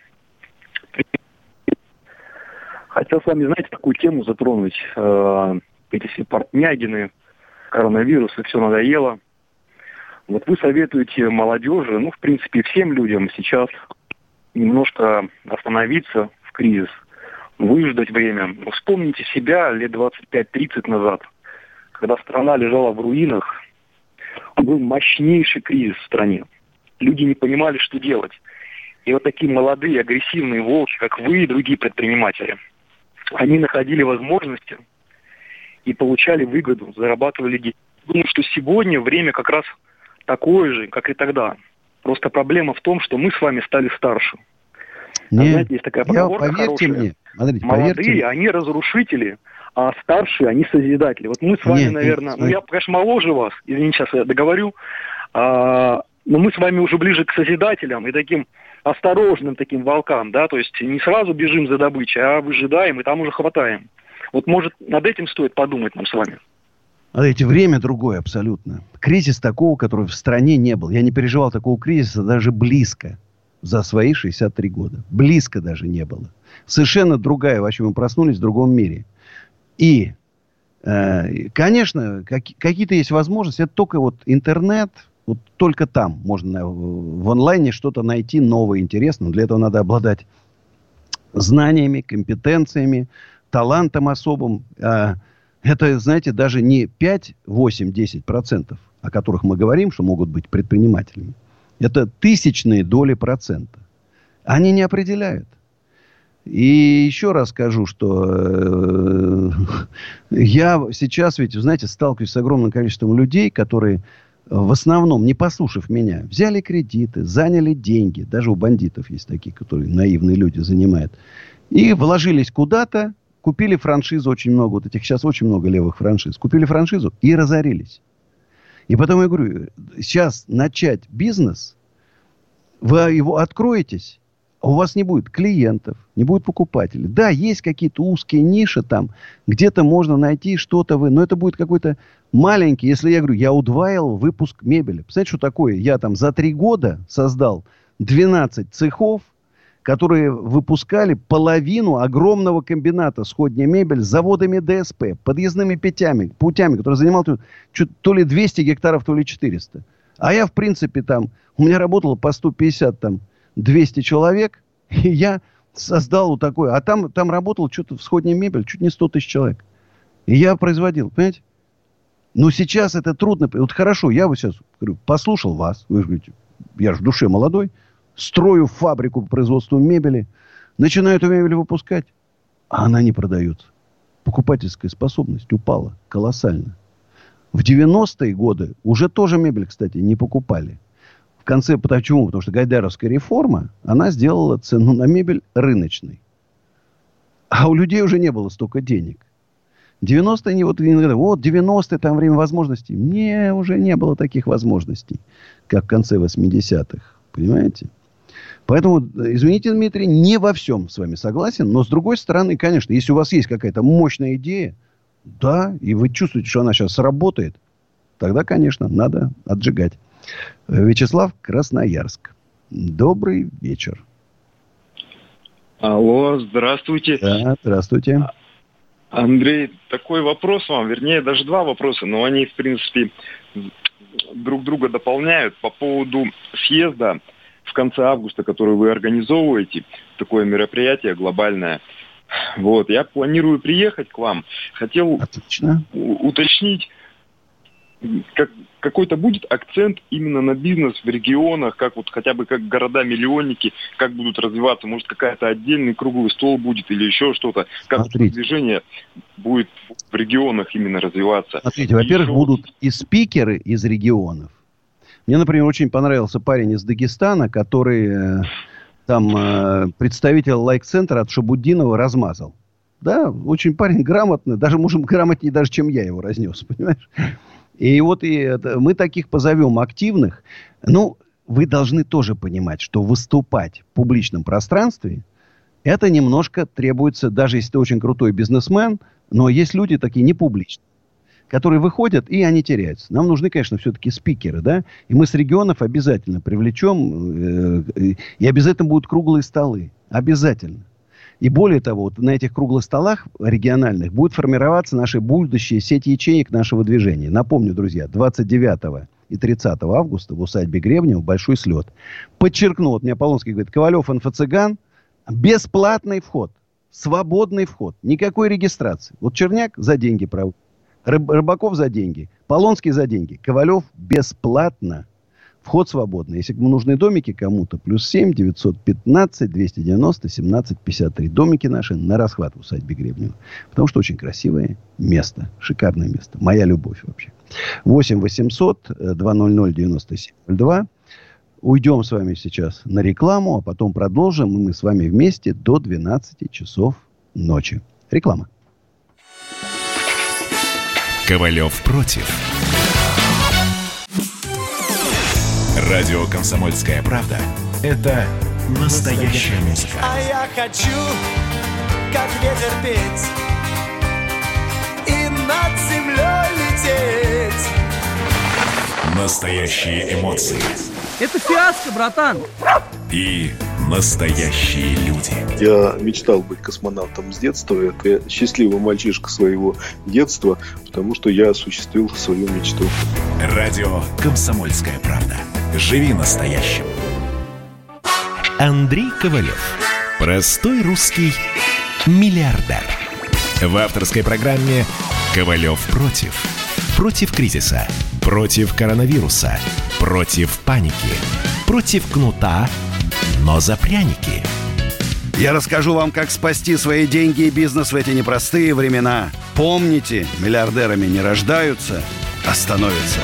Хотел с вами, знаете, такую тему затронуть. Э, эти все Портнягины, коронавирус, и все надоело. Вот вы советуете молодежи, ну, в принципе, всем людям сейчас немножко остановиться в кризис, выждать время. Вспомните себя лет двадцать пять тридцать назад, когда страна лежала в руинах, был мощнейший кризис в стране. Люди не понимали, что делать. И вот такие молодые, агрессивные волки, как вы и другие предприниматели, они находили возможности и получали выгоду, зарабатывали деньги. Думаю, что сегодня время как раз такое же, как и тогда. Просто проблема в том, что мы с вами стали старше. Нет, а знаете, есть такая поговорка я, поверьте хорошая. Мне, смотрите, молодые, поверьте. Они разрушители, а старшие, они созидатели. Вот мы с вами, нет, наверное, нет, ну я, конечно, моложе вас, извините, сейчас я договорю, а, но мы с вами уже ближе к созидателям и таким осторожным таким волкам, да, то есть не сразу бежим за добычей, а выжидаем и там уже хватаем. Вот, может, над этим стоит подумать нам с вами. Смотрите, время другое абсолютно. Кризис такого, который в стране не был. Я не переживал такого кризиса даже близко за свои шестьдесят три года. Близко даже не было. Совершенно другая. Вообще мы проснулись в другом мире. И, э, конечно, как, какие-то есть возможности. Это только вот интернет. Вот только там можно в онлайне что-то найти новое, интересное. Но для этого надо обладать знаниями, компетенциями, талантом особым. Это, знаете, даже не пять, восемь, десять процентов, о которых мы говорим, что могут быть предпринимателями. Это тысячные доли процента. Они не определяют. И еще раз скажу, что э, я сейчас, ведь, знаете, сталкиваюсь с огромным количеством людей, которые в основном, не послушав меня, взяли кредиты, заняли деньги. Даже у бандитов есть такие, которые наивные люди занимают. И вложились куда-то, купили франшизу очень много. Вот этих сейчас очень много левых франшиз. Купили франшизу и разорились. И потом я говорю, сейчас начать бизнес, вы его откроетесь, а у вас не будет клиентов, не будет покупателей. Да, есть какие-то узкие ниши там, где-то можно найти что-то вы, но это будет какой-то маленький, если я говорю, я удваивал выпуск мебели. Представляете, что такое? Я там за три года создал двенадцать цехов, которые выпускали половину огромного комбината сходня мебель с заводами ДСП, подъездными путями, путями, который занимал то, то ли двести гектаров, то ли четыреста. А я, в принципе, там, у меня работало по сто пятьдесят, там, двести человек, и я создал вот такое. А там, там работало что-то в сходне мебель, чуть не сто тысяч человек. И я производил, понимаете? Но сейчас это трудно. Вот хорошо, я вот сейчас говорю, послушал вас, вы говорите, я же в душе молодой, строю фабрику по производству мебели, начинаю эту мебель выпускать, а она не продается. Покупательская способность упала колоссально. В девяностые годы уже тоже мебель, кстати, не покупали. В конце, почему? Потому что Гайдаровская реформа, она сделала цену на мебель рыночной. А у людей уже не было столько денег. девяностые, не вот, вот девяностые, там время возможностей. Не, уже не было таких возможностей, как в конце восьмидесятых. Понимаете? Поэтому, извините, Дмитрий, не во всем с вами согласен. Но, с другой стороны, конечно, если у вас есть какая-то мощная идея, да, и вы чувствуете, что она сейчас сработает, тогда, конечно, надо отжигать. Вячеслав, Красноярск. Добрый вечер. Алло, здравствуйте. Да, здравствуйте. Андрей, такой вопрос вам, вернее, даже два вопроса, но они, в принципе, друг друга дополняют по поводу съезда в конце августа, который вы организовываете, такое мероприятие глобальное. Вот, я планирую приехать к вам. Хотел Отлично. уточнить, как, какой-то будет акцент именно на бизнес в регионах, как вот хотя бы как города-миллионники, как будут развиваться, может какая-то отдельный круглый стол будет или еще что-то, как вот движение будет в регионах именно развиваться. Смотрите, во-первых, еще... будут и спикеры из регионов. Мне, например, очень понравился парень из Дагестана, который э, там э, представитель лайк-центра от Шабуддинова размазал. Да, очень парень грамотный, даже, может, грамотнее даже, чем я его разнес, понимаешь? И вот и это, мы таких позовем активных. Ну, вы должны тоже понимать, что выступать в публичном пространстве, это немножко требуется, даже если ты очень крутой бизнесмен, но есть люди такие непубличные, которые выходят, и они теряются. Нам нужны, конечно, все-таки спикеры, да? И мы с регионов обязательно привлечем, э, и обязательно будут круглые столы. Обязательно. И более того, вот на этих круглых столах региональных будет формироваться наши будущие сети ячеек нашего движения. Напомню, друзья, двадцать девятого и тридцатого августа в усадьбе Гребнева большой слет. Подчеркну, вот мне Полонский говорит, Ковалев инфо-цыган, бесплатный вход, свободный вход, никакой регистрации. Вот Черняк за деньги проводит, Рыбаков за деньги, Полонский за деньги, Ковалев бесплатно. Вход свободный. Если нужны домики кому-то, плюс семь девятьсот пятнадцать двести девяносто семнадцать пятьдесят три. Домики наши на расхват в усадьбе Гребнева. Потому что очень красивое место. Шикарное место. Моя любовь вообще. восемь восемьсот двести девяносто семь ноль два. Уйдем с вами сейчас на рекламу, а потом продолжим. И мы с вами вместе до двенадцати часов ночи. Реклама. Ковалев против. Радио «Комсомольская правда» — это настоящая музыка. А я хочу, как ветер, петь и над землей лететь. Настоящие эмоции. Это фиаско, братан. И настоящие люди. Я мечтал быть космонавтом с детства. Это счастливый мальчишка своего детства, потому что я осуществил свою мечту. Радио «Комсомольская правда». Живи настоящим. Андрей Ковалев. Простой русский миллиардер. В авторской программе «Ковалев против». Против кризиса. Против коронавируса. Против паники. Против кнута, но за пряники. Я расскажу вам, как спасти свои деньги и бизнес в эти непростые времена. Помните, миллиардерами не рождаются, а становятся.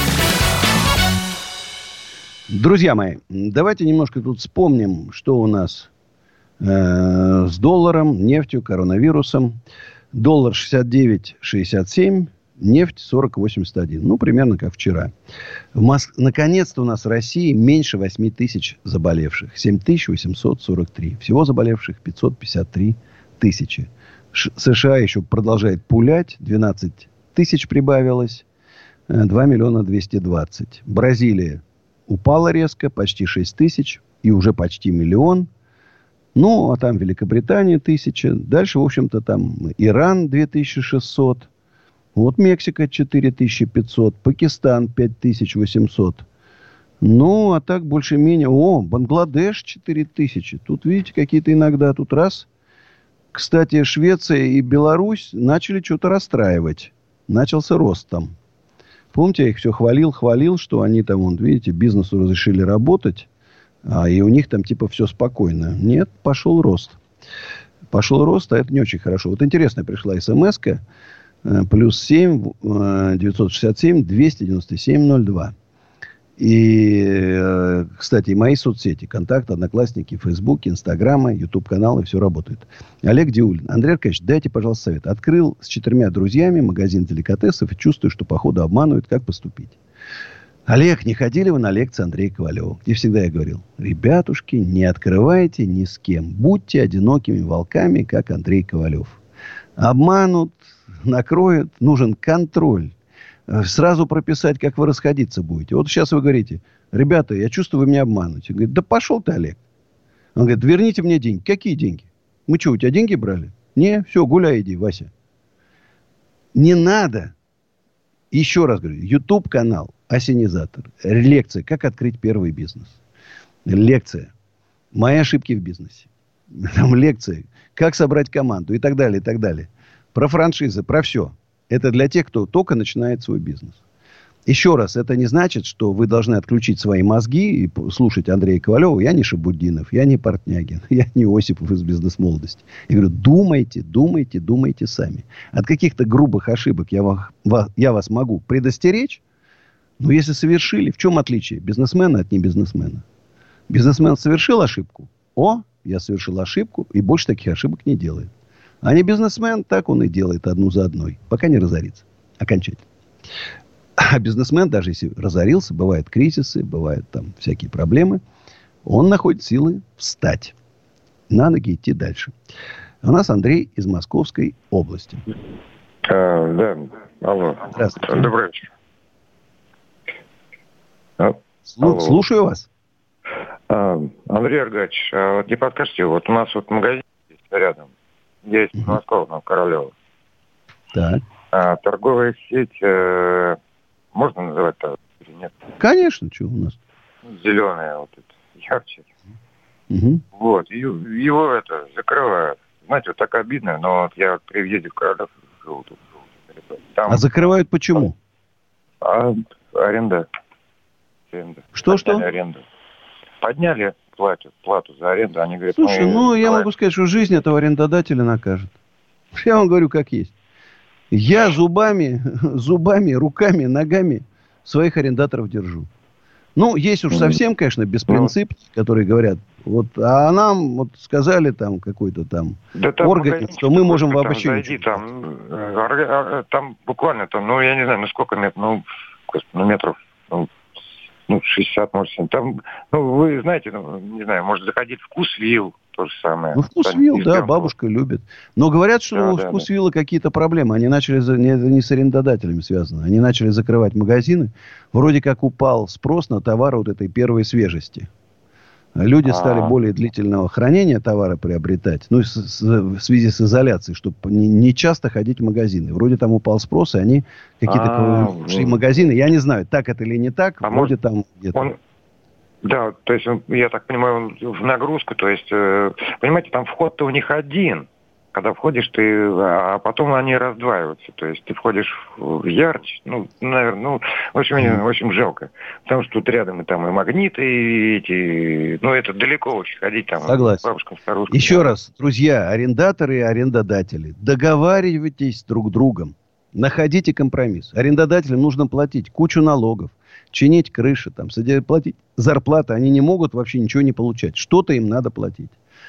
Друзья мои, давайте немножко тут вспомним, что у нас э, с долларом, нефтью, коронавирусом. Доллар шестьдесят девять шестьдесят семь, нефть сорок восемьдесят один. Ну, примерно как вчера. В Моск... Наконец-то у нас в России меньше восемь тысяч заболевших. семь тысяч восемьсот сорок три. Всего заболевших пятьсот пятьдесят три тысячи. Ш... США еще продолжает пулять. двенадцать тысяч прибавилось. два миллиона двести двадцать. Бразилия упала резко. Почти шесть тысяч. И уже почти миллион. Ну, а там Великобритания тысяча. Дальше, в общем-то, там Иран две тысячи шестьсот. Вот Мексика четыре тысячи пятьсот, Пакистан пять тысяч восемьсот. Ну, а так больше-менее... О, Бангладеш четыре тысячи. Тут, видите, какие-то иногда тут раз. Кстати, Швеция и Беларусь начали что-то расстраивать. Начался рост там. Помните, я их все хвалил, хвалил, что они там, вон, видите, бизнесу разрешили работать, а и у них там типа все спокойно. Нет, пошел рост. Пошел рост, а это не очень хорошо. Вот интересно, пришла смс-ка. Плюс семь девятьсот шестьдесят семь двести девяносто семь ноль два. И, кстати, мои соцсети. Контакт, Одноклассники, Фейсбук, Инстаграма, Ютуб-каналы. Все работает. Олег Диулин. Андрей Аркадьевич, дайте, пожалуйста, совет. Открыл с четырьмя друзьями магазин деликатесов и чувствую, что, походу, обманывают. Как поступить? Олег, не ходили вы на лекции Андрея Ковалева? Где всегда я говорил. Ребятушки, не открывайте ни с кем. Будьте одинокими волками, как Андрей Ковалев. Обманут, накроют. Нужен контроль. Сразу прописать, как вы расходиться будете. Вот сейчас вы говорите, ребята, я чувствую, вы меня обманываете. Он говорит, да пошел ты, Олег. Он говорит, верните мне деньги. Какие деньги? Мы что, у тебя деньги брали? Не, все, гуляй, иди, Вася. Не надо. Еще раз говорю, YouTube-канал Осенизатор. Лекция, как открыть первый бизнес. Лекция. Мои ошибки в бизнесе. Там лекция, как собрать команду и так далее, и так далее. Про франшизы, про все. Это для тех, кто только начинает свой бизнес. Еще раз, это не значит, что вы должны отключить свои мозги и слушать Андрея Ковалева. Я не Шабуддинов, я не Портнягин, я не Осипов из бизнес-молодости. Я говорю, думайте, думайте, думайте сами. От каких-то грубых ошибок я вас, я вас могу предостеречь. Но если совершили, в чем отличие бизнесмена от небизнесмена? Бизнесмен совершил ошибку. О, я совершил ошибку, и больше таких ошибок не делает. А не бизнесмен, так он и делает одну за одной, пока не разорится окончательно. А бизнесмен, даже если разорился, бывают кризисы, бывают там всякие проблемы, он находит силы встать, на ноги идти дальше. У нас Андрей из Московской области. А, да, алло. Здравствуйте. Добрый вечер. А, Слу- слушаю вас. А, Андрей Аркадьевич, а вот не подскажете, вот у нас вот магазин есть рядом. Есть uh-huh. Москва, на Королева. Так. А, торговая сеть, э, можно называть так или нет? Конечно, что у нас? Зеленая, вот это, ярче. Uh-huh. Вот, и, его это закрывают. Знаете, вот так обидно, но вот я при въезде в Королев живу тут. Там... А закрывают почему? А, аренда. аренда. Что-что? Аренда. Подняли плату, плату за аренду, они говорят... Слушай, ну, я могу сказать, что жизнь этого арендодателя накажет. Я вам говорю, как есть. Я зубами, зубами, руками, ногами своих арендаторов держу. Ну, есть уж совсем, конечно, беспринципные, которые говорят, вот, а нам вот сказали там какой-то там да орган, что мы можем там вообще... Зайди, там, там буквально, там, ну, я не знаю, ну, сколько метров, ну, ну метров, ну, ну, шестьдесят, может, семьдесят. Там, ну, вы знаете, ну, не знаю, может заходить вкусвилл, то же самое. Ну, вкусвилл, да, бабушка любит. Но говорят, что да, у да, вкусвилла да. какие-то проблемы. Они начали, не, не с арендодателями связано, они начали закрывать магазины. Вроде как упал спрос на товары вот этой первой свежести. Люди А-а-а. стали более длительного хранения товара приобретать. Ну, с, с, в связи с изоляцией, чтобы не, не часто ходить в магазины. Вроде там упал спрос, и они какие-то шли в магазины. Я не знаю, так это или не так. А вроде может, там где-то... Он... Да, то есть, он, я так понимаю, он в нагрузку. То есть, э, понимаете, там вход-то у них один. Когда входишь, ты, а потом они раздваиваются. То есть ты входишь в ярче, ну, наверное, ну, в общем, mm. в общем, жалко. Потому что тут рядом и там и магниты, и эти, ну, это далеко очень ходить там. Согласен. Бабушкам, старушкам. Еще да. раз, друзья, арендаторы и арендодатели, договаривайтесь друг с другом. Находите компромисс. Арендодателям нужно платить кучу налогов, чинить крыши, там, платить зарплаты. Они не могут вообще ничего не получать. Что-то им надо платить.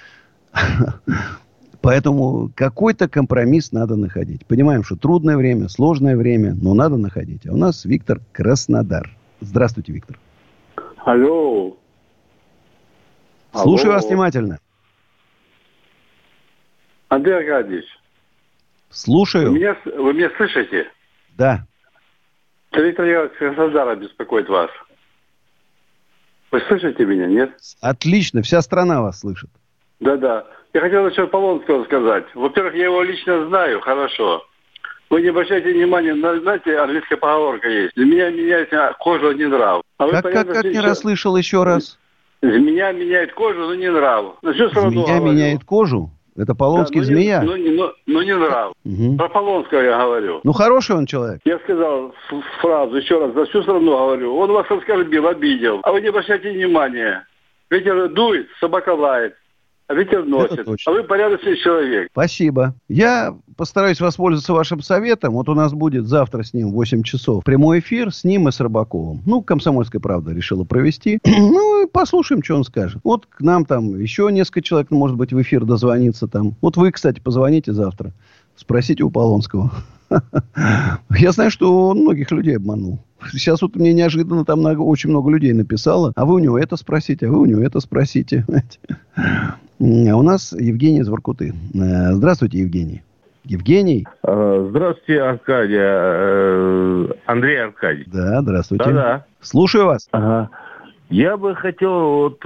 Поэтому какой-то компромисс надо находить. Понимаем, что трудное время, сложное время, но надо находить. А у нас Виктор, Краснодар. Здравствуйте, Виктор. Алло. Слушаю Алло. вас внимательно. Андрей Аркадьевич. Слушаю. Вы меня, вы меня слышите? Да. Территория Краснодара беспокоит вас. Вы слышите меня, нет? Отлично, вся страна вас слышит. Да-да. Я хотел насчет Полонского сказать. Во-первых, я его лично знаю хорошо. Вы не обращайте внимания, на, знаете, английская поговорка есть. Для меня меняется кожа, не нрав. А как, как, как не расслышал еще раз? Для меня меняет кожу, но не нрав. Но змея меняет кожу? Это Полонский да, змея? Не, ну, не, ну, ну не нрав. Угу. Про Полонского я говорю. Ну, хороший он человек. Я сказал фразу, еще раз, за всю страну говорю. Он вас оскорбил, обидел. А вы не обращайте внимания. Ветер дует, собака лает. А ветер носит. А вы порядочный человек. Спасибо. Я постараюсь воспользоваться вашим советом. Вот у нас будет завтра с ним в восемь часов прямой эфир с ним и с Рыбаковым. Ну, «Комсомольская правда» решила провести. Ну, и послушаем, что он скажет. Вот к нам там еще несколько человек, может быть, в эфир дозвониться там. Вот вы, кстати, позвоните завтра. Спросите у Полонского. Я знаю, что он многих людей обманул. Сейчас вот мне неожиданно там очень много людей написало. А вы у него это спросите, а вы у него это спросите. А у нас Евгений из Воркуты. Здравствуйте, Евгений. Евгений. Здравствуйте, Аркадий. Андрей Аркадьевич. Да, здравствуйте. Да-да. Слушаю вас. Ага. Я бы хотел вот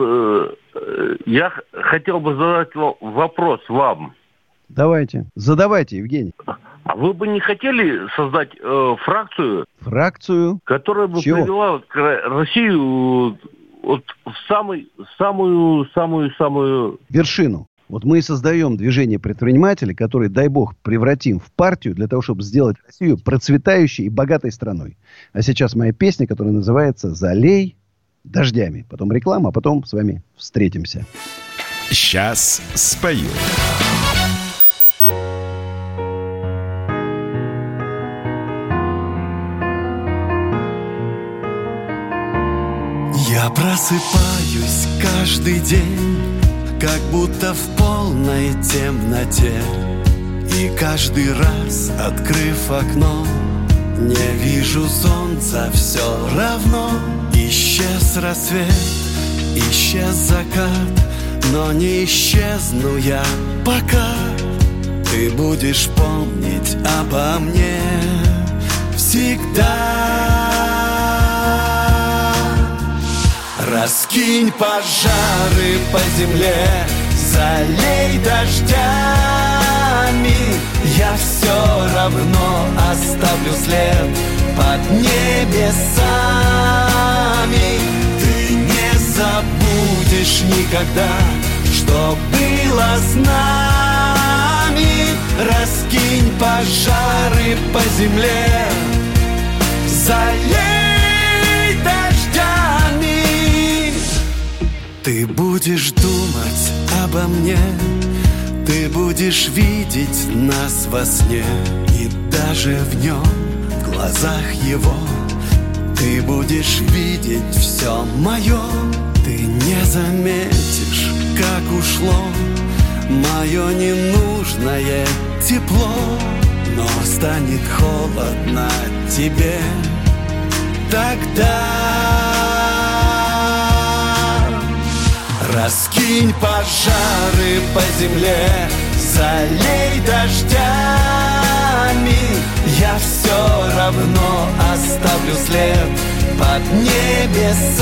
я хотел бы задать вопрос вам. Давайте. Задавайте, Евгений. А вы бы не хотели создать э, фракцию? Фракцию? Которая бы Чего? привела Россию вот в самый, самую, самую, самую... вершину. Вот мы и создаем движение предпринимателей, которые, дай бог, превратим в партию для того, чтобы сделать Россию процветающей и богатой страной. А сейчас моя песня, которая называется «Залей дождями». Потом реклама, а потом с вами встретимся. Сейчас спою. Я просыпаюсь каждый день, как будто в полной темноте. И каждый раз, открыв окно, не вижу солнца все равно. Исчез рассвет, исчез закат, но не исчезну я пока. Ты будешь помнить обо мне всегда. Раскинь пожары по земле, залей дождями. Я все равно оставлю след под небесами. Ты не забудешь никогда, что было с нами. Раскинь пожары по земле, залей дождями. Ты будешь думать обо мне, ты будешь видеть нас во сне. И даже в нем, в глазах его, ты будешь видеть все мое. Ты не заметишь, как ушло мое ненужное тепло. Но станет холодно тебе тогда. Раскинь пожары по земле, залей дождями. Я все равно оставлю след под небесами.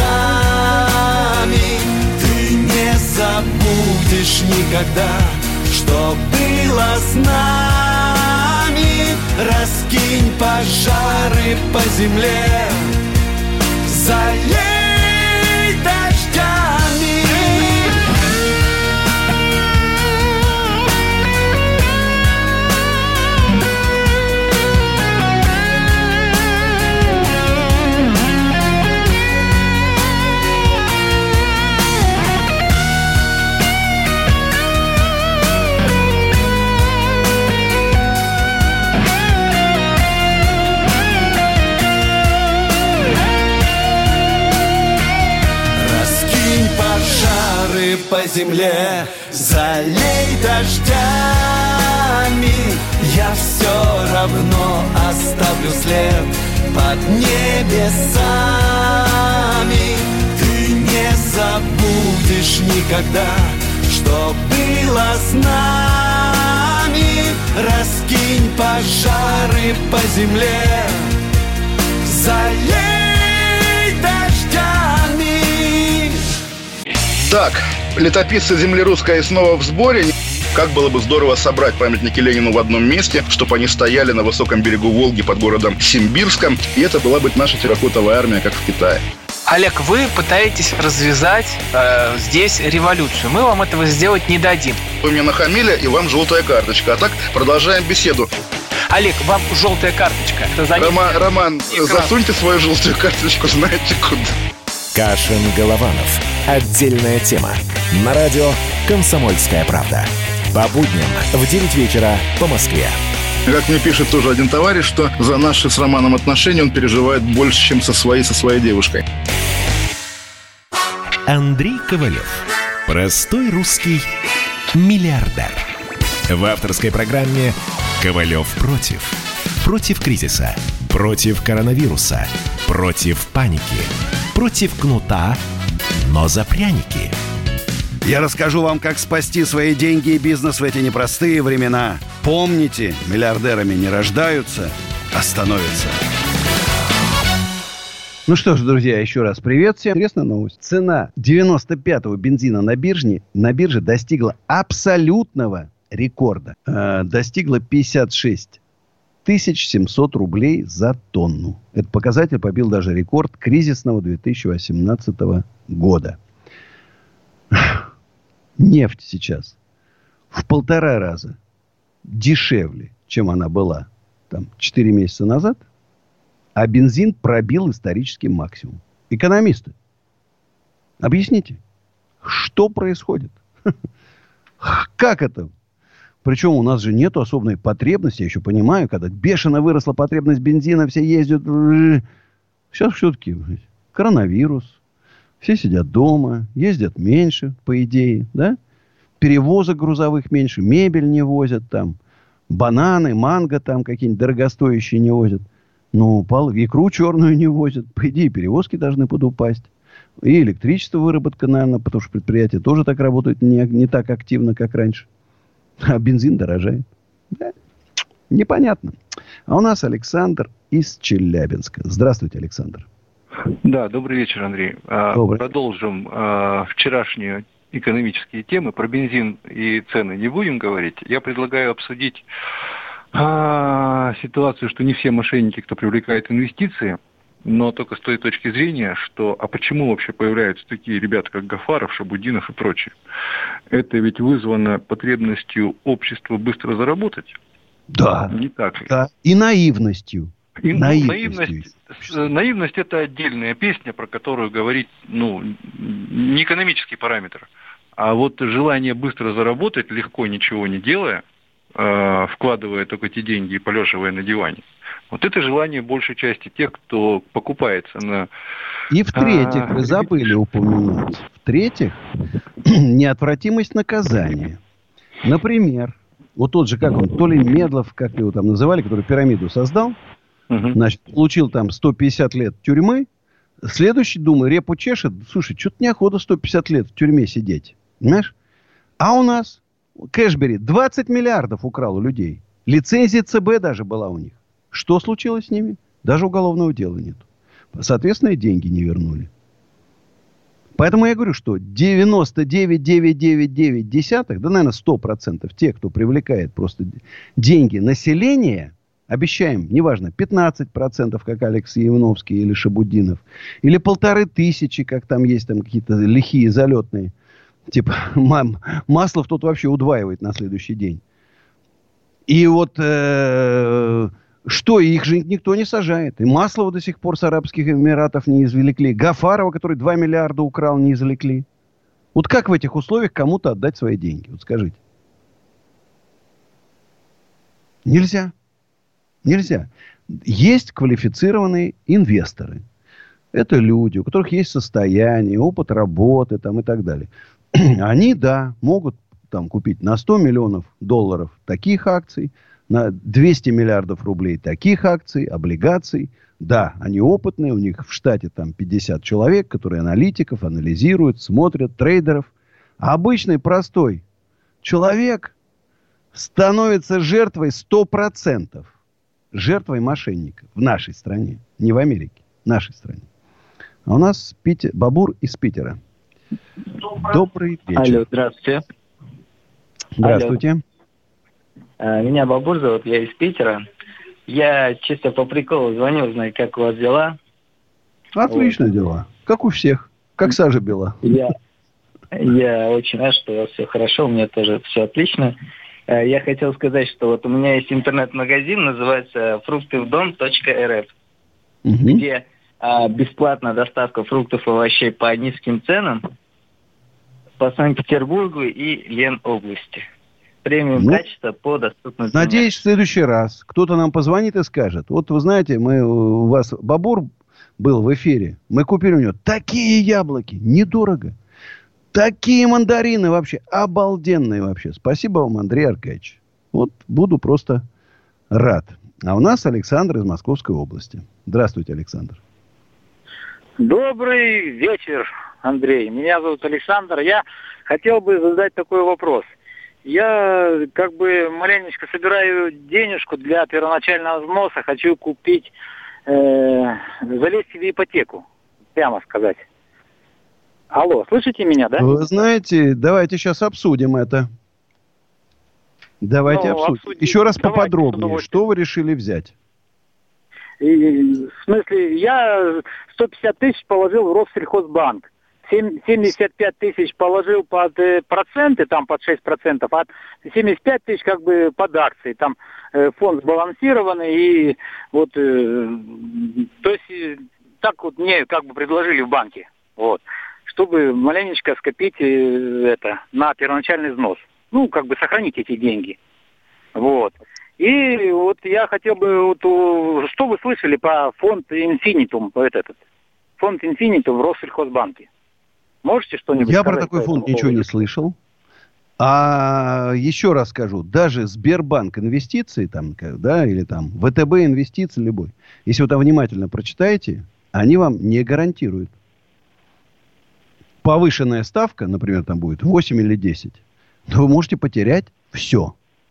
Ты не забудешь никогда, что было с нами. Раскинь пожары по земле, залей дождями. По земле, залей дождями. Я все равно оставлю след под небесами. Ты не забудешь никогда, что было с нами. Раскинь пожары по земле, залей дождями. Так, летописцы земли русской снова в сборе. Как было бы здорово собрать памятники Ленину в одном месте, чтобы они стояли на высоком берегу Волги под городом Симбирском, и это была бы наша терракотовая армия, как в Китае. Олег, вы пытаетесь развязать э, здесь революцию. Мы вам этого сделать не дадим. Вы мне нахамили, и вам желтая карточка. А так продолжаем беседу. Олег, вам желтая карточка. Рома, Роман, экран. Засуньте свою желтую карточку, знаете куда. Кашин-Голованов. Отдельная тема. На радио «Комсомольская правда». По будням в девять вечера по Москве. Как мне пишет тоже один товарищ, что за наши с Романом отношения он переживает больше, чем со своей, со своей девушкой. Андрей Ковалев. Простой русский миллиардер. В авторской программе «Ковалев против». Против кризиса. Против коронавируса. Против паники. Против кнута, но за пряники. Я расскажу вам, как спасти свои деньги и бизнес в эти непростые времена. Помните, миллиардерами не рождаются, а становятся. Ну что ж, друзья, еще раз привет всем. Интересная новость. Цена девяносто пятого бензина на бирже, на бирже достигла абсолютного рекорда. Э, достигла пятьдесят шесть тысяч семьсот рублей за тонну. Этот показатель побил даже рекорд кризисного две тысячи восемнадцатого года. Нефть сейчас в полтора раза дешевле, чем она была там четыре месяца назад, а бензин пробил исторический максимум. Экономисты, объясните, что происходит? Как это? Причем у нас же нету особой потребности, я еще понимаю, когда бешено выросла потребность бензина, все ездят. Сейчас все-таки коронавирус. Все сидят дома, ездят меньше, по идее, да? Перевозок грузовых меньше, мебель не возят там, бананы, манго там какие-нибудь дорогостоящие не возят. Ну, пол, икру черную не возят. По идее, перевозки должны подупасть. И электричество выработка, наверное, потому что предприятия тоже так работают не, не так активно, как раньше. А бензин дорожает. Да? Непонятно. А у нас Александр из Челябинска. Здравствуйте, Александр. Да, добрый вечер, Андрей. Добрый. Продолжим а, вчерашние экономические темы. Про бензин и цены не будем говорить. Я предлагаю обсудить а, ситуацию, что не все мошенники, кто привлекает инвестиции, но только с той точки зрения, что а почему вообще появляются такие ребята, как Гафаров, Шабудинов и прочие? Это ведь вызвано потребностью общества быстро заработать? Да. Не так ли? Да. И наивностью. И, ну, наивность, наивность – это отдельная песня, про которую говорить, ну, не экономический параметр, а вот желание быстро заработать, легко ничего не делая, э, вкладывая только те деньги и полеживая на диване. Вот это желание большей части тех, кто покупается на... И в-третьих, а, вы забыли упомянуть, в-третьих, неотвратимость наказания. Например, вот тот же, как он, то ли Медлов, как его там называли, который пирамиду создал, Uh-huh. Значит, получил там сто пятьдесят лет тюрьмы Следующий думает, репу чешет. Слушай, что-то неохота сто пятьдесят лет в тюрьме сидеть. Понимаешь? А у нас Кэшбери двадцать миллиардов украл у людей. Лицензия ЦБ даже была у них. Что случилось с ними? Даже уголовного дела нет. Соответственно, и деньги не вернули. Поэтому я говорю, что девяносто девять целых девятьсот девяносто девять, да, наверное, сто процентов тех, кто привлекает просто деньги населения, обещаем, неважно, пятнадцать процентов, как Алекс Яновский или Шабуддинов, или полторы тысячи, как там есть там какие-то лихие залетные. Типа, мам, Маслов тут вообще удваивает на следующий день. И вот э, что, их же никто не сажает. И Маслова до сих пор с Арабских Эмиратов не извлекли. Гафарова, который два миллиарда украл, не извлекли. Вот как в этих условиях кому-то отдать свои деньги? Вот скажите. Нельзя. Нельзя. Есть квалифицированные инвесторы. Это люди, у которых есть состояние, опыт работы там, и так далее. Они, да, могут там, купить на сто миллионов долларов таких акций, на двести миллиардов рублей таких акций, облигаций. Да, они опытные, у них в штате там пятьдесят человек, которые аналитиков, анализируют, смотрят, трейдеров. А обычный простой человек становится жертвой сто процентов. Жертвой мошенников в нашей стране. Не в Америке, в нашей стране. А у нас Питер, Бабур из Питера. Добрый вечер. Алло, здравствуйте. Здравствуйте. Алло. Меня Бабур зовут, я из Питера. Я чисто по приколу звоню, узнать, как у вас дела. Отлично вот. Дела. Как у всех. Как сажа бела. Я, я очень рад, что у вас все хорошо, у меня тоже все отлично. Я хотел сказать, что вот у меня есть интернет-магазин, называется фруктывдом точка эр эф, угу. где а, бесплатная доставка фруктов и овощей по низким ценам по Санкт-Петербургу и Ленобласти. Премиум ну, качество по доступной цене. Надеюсь, в следующий раз кто-то нам позвонит и скажет. Вот вы знаете, мы у вас Бабур был в эфире. Мы купили у него такие яблоки. Недорого. Такие мандарины вообще. Обалденные вообще. Спасибо вам, Андрей Аркадьевич. Вот буду просто рад. А у нас Александр из Московской области. Здравствуйте, Александр. Добрый вечер, Андрей. Меня зовут Александр. Я хотел бы задать такой вопрос. Я как бы маленечко собираю денежку для первоначального взноса. Хочу купить, э, залезть в ипотеку, прямо сказать. Алло, слышите меня, да? Вы знаете, давайте сейчас обсудим это. Давайте ну, обсудим. обсудим. Еще раз давайте, поподробнее. Что вы решили взять? И, в смысле, я сто пятьдесят тысяч положил в Россельхозбанк. семьдесят пять тысяч положил под э, проценты, там под шесть процентов, а семьдесят пять тысяч как бы под акции. Там э, фонд сбалансированный, и вот, э, то есть, э, так вот мне как бы предложили в банке, вот, чтобы маленечко скопить э, это на первоначальный взнос. Ну, как бы сохранить эти деньги. Вот. И вот я хотел бы, вот, что вы слышали по фонд Инфинитум, этот, фонд Инфинитум в Россельхозбанке? Можете что-нибудь Я сказать про такой фонд ничего не слышал. А еще раз скажу, даже Сбербанк инвестиции, там, да, или там ВТБ инвестиции любой, если вы там внимательно прочитаете, они вам не гарантируют. Повышенная ставка, например, там будет восемь или десять, то вы можете потерять все.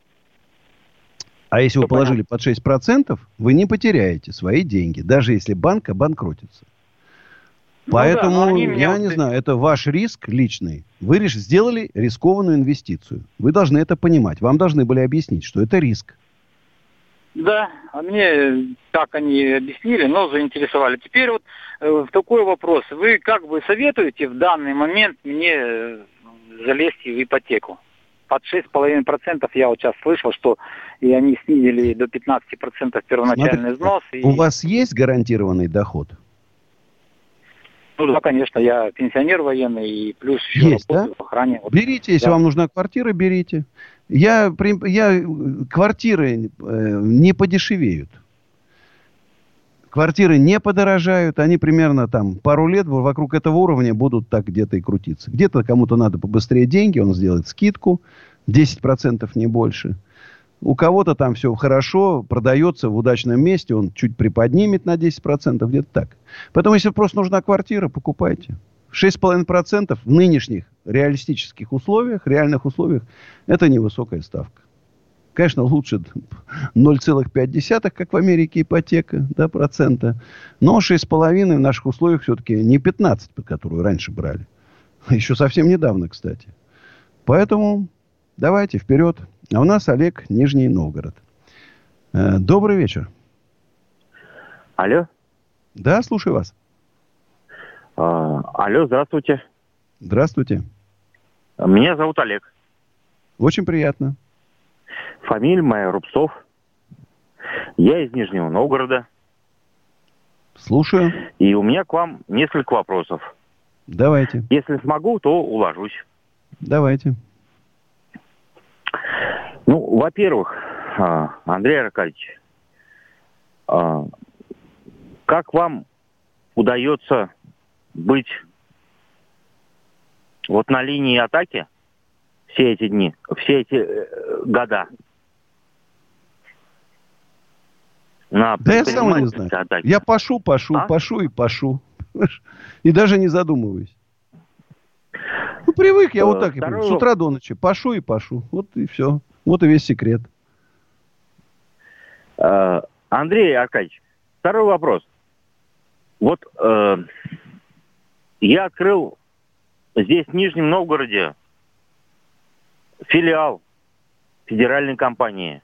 А если вы положили под шесть процентов, вы не потеряете свои деньги, даже если банк обанкротится. Поэтому, ну да, я не знаю, это ваш риск личный. Вы реш... сделали рискованную инвестицию. Вы должны это понимать. Вам должны были объяснить, что это риск. Да, а мне так они объяснили, но заинтересовали. Теперь вот э, такой вопрос. Вы как бы советуете в данный момент мне залезть в ипотеку? Под шесть с половиной процентов я вот сейчас слышал, что и они снизили до пятнадцати процентов первоначальный взнос. И... У вас есть гарантированный доход? Ну да, конечно, я пенсионер военный, и плюс еще есть, работаю да? в охране. Берите, если да. вам нужна квартира, берите. Я, я, квартиры не подешевеют. Квартиры не подорожают, они примерно там пару лет вокруг этого уровня будут так где-то и крутиться. Где-то кому-то надо побыстрее деньги, он сделает скидку, десять процентов не больше. У кого-то там все хорошо, продается в удачном месте, он чуть приподнимет на десять процентов, где-то так. Поэтому, если просто нужна квартира, покупайте. шесть целых пять десятых процента в нынешних реалистических условиях, реальных условиях, это невысокая ставка. Конечно, лучше ноль целых пять десятых, как в Америке ипотека, да, процента. Но шесть целых пять десятых в наших условиях все-таки не пятнадцать, которую раньше брали. Еще совсем недавно, кстати. Поэтому давайте вперед. А у нас Олег, Нижний Новгород. Э, добрый вечер. Алло. Да, слушаю вас. А, алло, здравствуйте. Здравствуйте. Меня зовут Олег. Очень приятно. Фамилия моя Рубцов. Я из Нижнего Новгорода. Слушаю. И у меня к вам несколько вопросов. Давайте. Если смогу, то уложусь. Давайте. Ну, во-первых, Андрей Аркадьевич, как вам удается быть вот на линии атаки все эти дни, все эти э, года? На да я сам не знаю. Атаки. Я пашу, пашу, а? пашу и пашу. И даже не задумываюсь. Ну, привык я вот так. Второй... С утра до ночи. Пашу и пашу. Вот и все. Вот и весь секрет. Андрей Аркадьевич, второй вопрос. Вот э, я открыл здесь, в Нижнем Новгороде, филиал федеральной компании.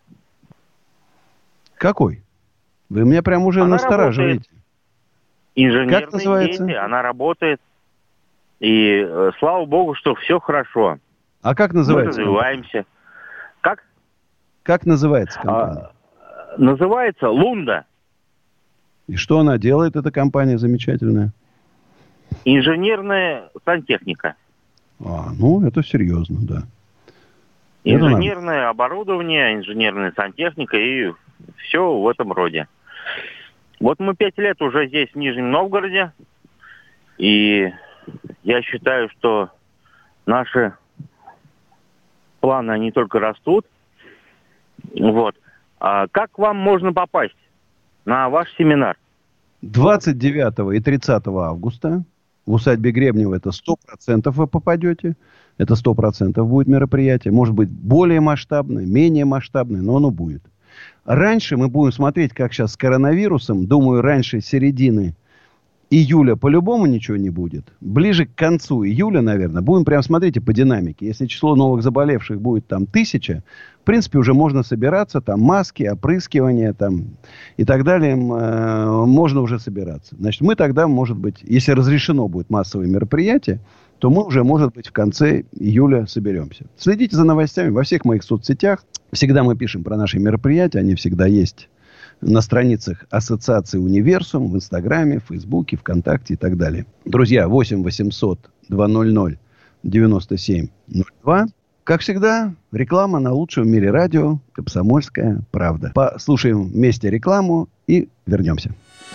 Какой? Вы меня прям уже она настораживаете. Инженерные дети, она работает. И э, слава богу, что все хорошо. А как называется? Мы развиваемся. Как? Как называется компания? А, называется Лунда. И что она делает, эта компания замечательная? Инженерная сантехника. А, ну, это серьезно, да. Инженерное оборудование, инженерная сантехника и все в этом роде. Вот мы пять лет уже здесь, в Нижнем Новгороде, и я считаю, что наши планы, они только растут. Вот. А как вам можно попасть на ваш семинар? двадцать девятого и тридцатого августа в усадьбе Гребнева это сто процентов вы попадете. Это сто процентов будет мероприятие. Может быть, более масштабное, менее масштабное, но оно будет. Раньше мы будем смотреть, как сейчас с коронавирусом. Думаю, раньше середины июля по-любому ничего не будет. Ближе к концу июля, наверное, будем прям смотреть по динамике. Если число новых заболевших будет там тысяча, в принципе, уже можно собираться. Там маски, опрыскивание там, и так далее. Э, можно уже собираться. Значит, мы тогда, может быть, если разрешено будет массовое мероприятие, то мы уже, может быть, в конце июля соберемся. Следите за новостями во всех моих соцсетях. Всегда мы пишем про наши мероприятия. Они всегда есть на страницах Ассоциации Универсум, в Инстаграме, в Фейсбуке, ВКонтакте и так далее. Друзья, восемь восемьсот двести девяносто семь ноль два. Как всегда, реклама на лучшем в мире радио «Комсомольская правда». Послушаем вместе рекламу и вернемся.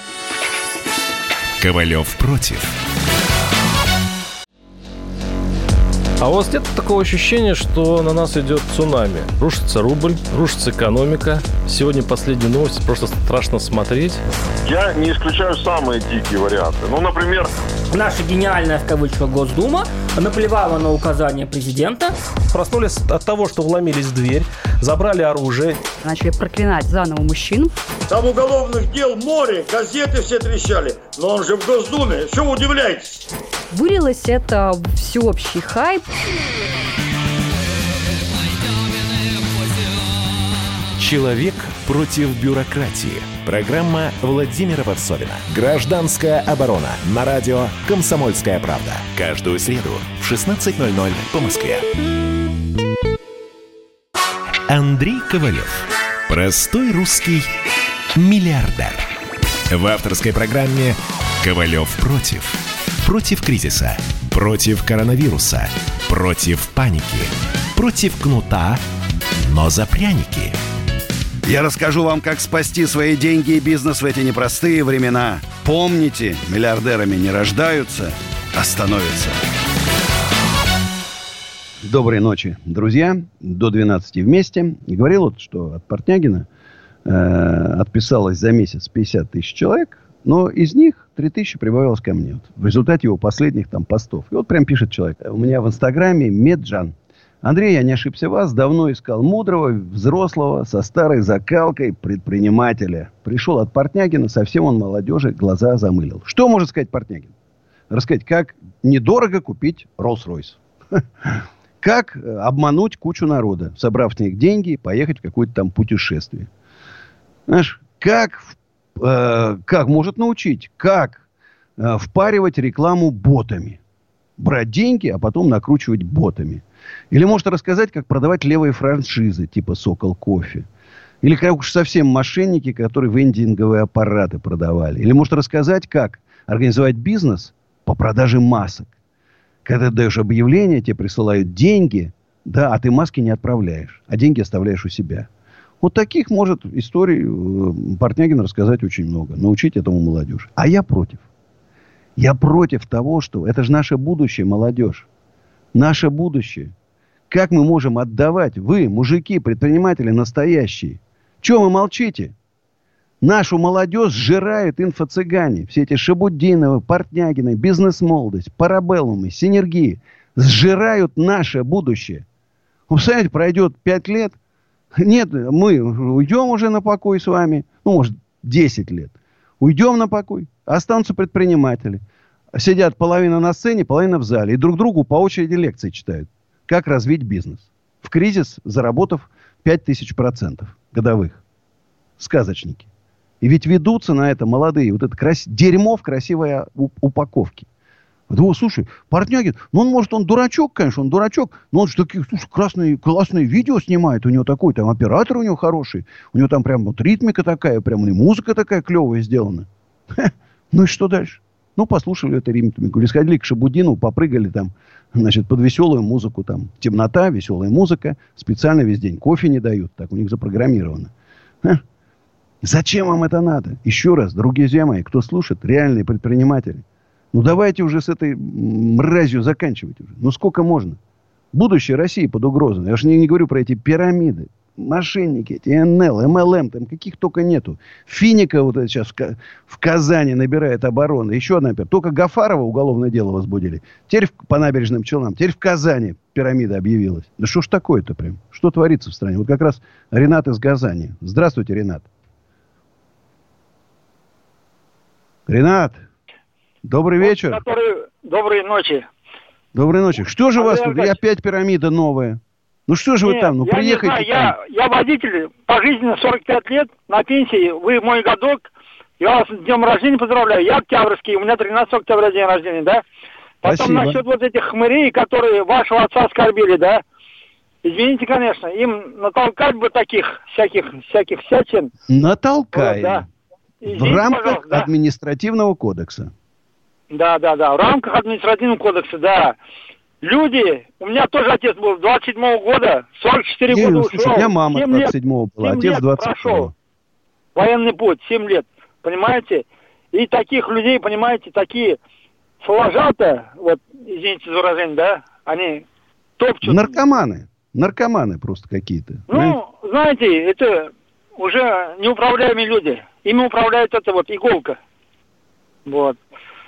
Ковалев против. А у вас нет такого ощущения, что на нас идет цунами? Рушится рубль, рушится экономика. Сегодня последние новости, просто страшно смотреть. Я не исключаю самые дикие варианты. Ну, например... Наша гениальная, в кавычках, Госдума наплевала на указания президента. Проснулись от того, что вломились в дверь, забрали оружие. Начали проклинать заново мужчин. Там уголовных дел море, газеты все трещали. Но он же в Госдуме, что вы удивляетесь? Вылилось это в всеобщий хайп. Человек против бюрократии. Программа Владимира Варсовина. Гражданская оборона. На радио «Комсомольская правда». Каждую среду в шестнадцать ноль ноль по Москве. Андрей Ковалев. Простой русский миллиардер. В авторской программе «Ковалев против». Против кризиса. Против коронавируса. Против паники. Против кнута, но за пряники. Я расскажу вам, как спасти свои деньги и бизнес в эти непростые времена. Помните, миллиардерами не рождаются, а становятся. Доброй ночи, друзья. До двенадцати вместе. И говорил, вот, что от Портнягина э, отписалось за месяц пятьдесят тысяч человек, но из них три тысячи прибавилось ко мне. Вот, в результате его последних там постов. И вот прям пишет человек. У меня в Инстаграме Меджан. Андрей, я не ошибся вас. Давно искал мудрого, взрослого, со старой закалкой предпринимателя. Пришел от Портнягина, совсем он молодежи глаза замылил. Что может сказать Портнягин? Рассказать, как недорого купить Роллс-Ройс. Как обмануть кучу народа, собрав с них деньги и поехать в какое-то там путешествие. Знаешь, как, э, как может научить, как э, впаривать рекламу ботами. Брать деньги, а потом накручивать ботами. Или может рассказать, как продавать левые франшизы, типа «Сокол Кофе». Или как уж совсем мошенники, которые вендинговые аппараты продавали. Или может рассказать, как организовать бизнес по продаже масок. Когда ты даешь объявление, тебе присылают деньги, да, а ты маски не отправляешь, а деньги оставляешь у себя. Вот таких может историй Портнягин рассказать очень много. Научить этому молодежь. А я против. Я против того, что... Это же наше будущее, молодежь. Наше будущее. Как мы можем отдавать? Вы, мужики, предприниматели настоящие. Чего вы молчите? Нашу молодежь сжирают инфо-цыгане. Все эти Шабуддиновы, Портнягины, бизнес-молодость, парабеллумы, синергии. Сжирают наше будущее. Вы представляете, пройдет пять лет. Нет, мы уйдем уже на покой с вами. Ну, может, десять лет. Уйдем на покой. Останутся предприниматели. Сидят половина на сцене, половина в зале. И друг другу по очереди лекции читают. Как развить бизнес. В кризис заработав пять тысяч процентов годовых. Сказочники. И ведь ведутся на это молодые. Вот это крас... дерьмо в красивой упаковке. Вот, слушай, Портнягин, ну он, может, он дурачок, конечно, он дурачок, но он же такие, слушай, красные, классные видео снимает. У него такой, там, оператор у него хороший. У него там прям вот ритмика такая, прям и музыка такая клевая сделана. Ха. Ну и что дальше? Ну, послушали эту ритмику. Или сходили к Шабуддину, попрыгали там, значит, под веселую музыку. Там темнота, веселая музыка. Специально весь день кофе не дают. Так у них запрограммировано. Ха. Зачем вам это надо? Еще раз, друзья мои, кто слушает, реальные предприниматели. Ну, давайте уже с этой мразью заканчивать уже. Ну, сколько можно? Будущее России под угрозой. Я же не, не говорю про эти пирамиды. Мошенники, эти эн эл, эм эл эм, там каких только нету. Финика вот это сейчас в, в Казани набирает обороны. Еще одна пирамида. Только Гафарова уголовное дело возбудили. Теперь в, по набережным Челнам. Теперь в Казани пирамида объявилась. Да что ж такое-то прям? Что творится в стране? Вот как раз Ренат из Казани. Здравствуйте, Ренат. Ренат, добрый вот вечер. Который... Доброй ночи. Доброй ночи. Что же у вас тут? И опять пирамида новая. Ну что же Нет, вы там? Ну приехайте. Я, я водитель по жизни сорок пять лет на пенсии. Вы мой годок. Я вас с днем рождения поздравляю. Я октябрьский. У меня тринадцатого октября день рождения, да? Потом Спасибо. Насчет вот этих хмырей, которые вашего отца оскорбили, да? Извините, конечно. Им натолкать бы таких всяких всяких всячин. Натолкаем. Вот, да. Извините, в рамках да. административного кодекса. Да, да, да. В рамках административного кодекса, да. Люди, у меня тоже отец был двадцать седьмого года, сорок четыре Не, года слушай, ушел. У меня мама двадцать седьмого была, отец двадцать прошел. Военный путь, семь лет, понимаете? И таких людей, понимаете, такие флажата, вот, извините за выражение, да, они топчут. Наркоманы, наркоманы просто какие-то. Ну, понимаете? Знаете, это уже неуправляемые люди. Ими управляет эта вот иголка. Вот.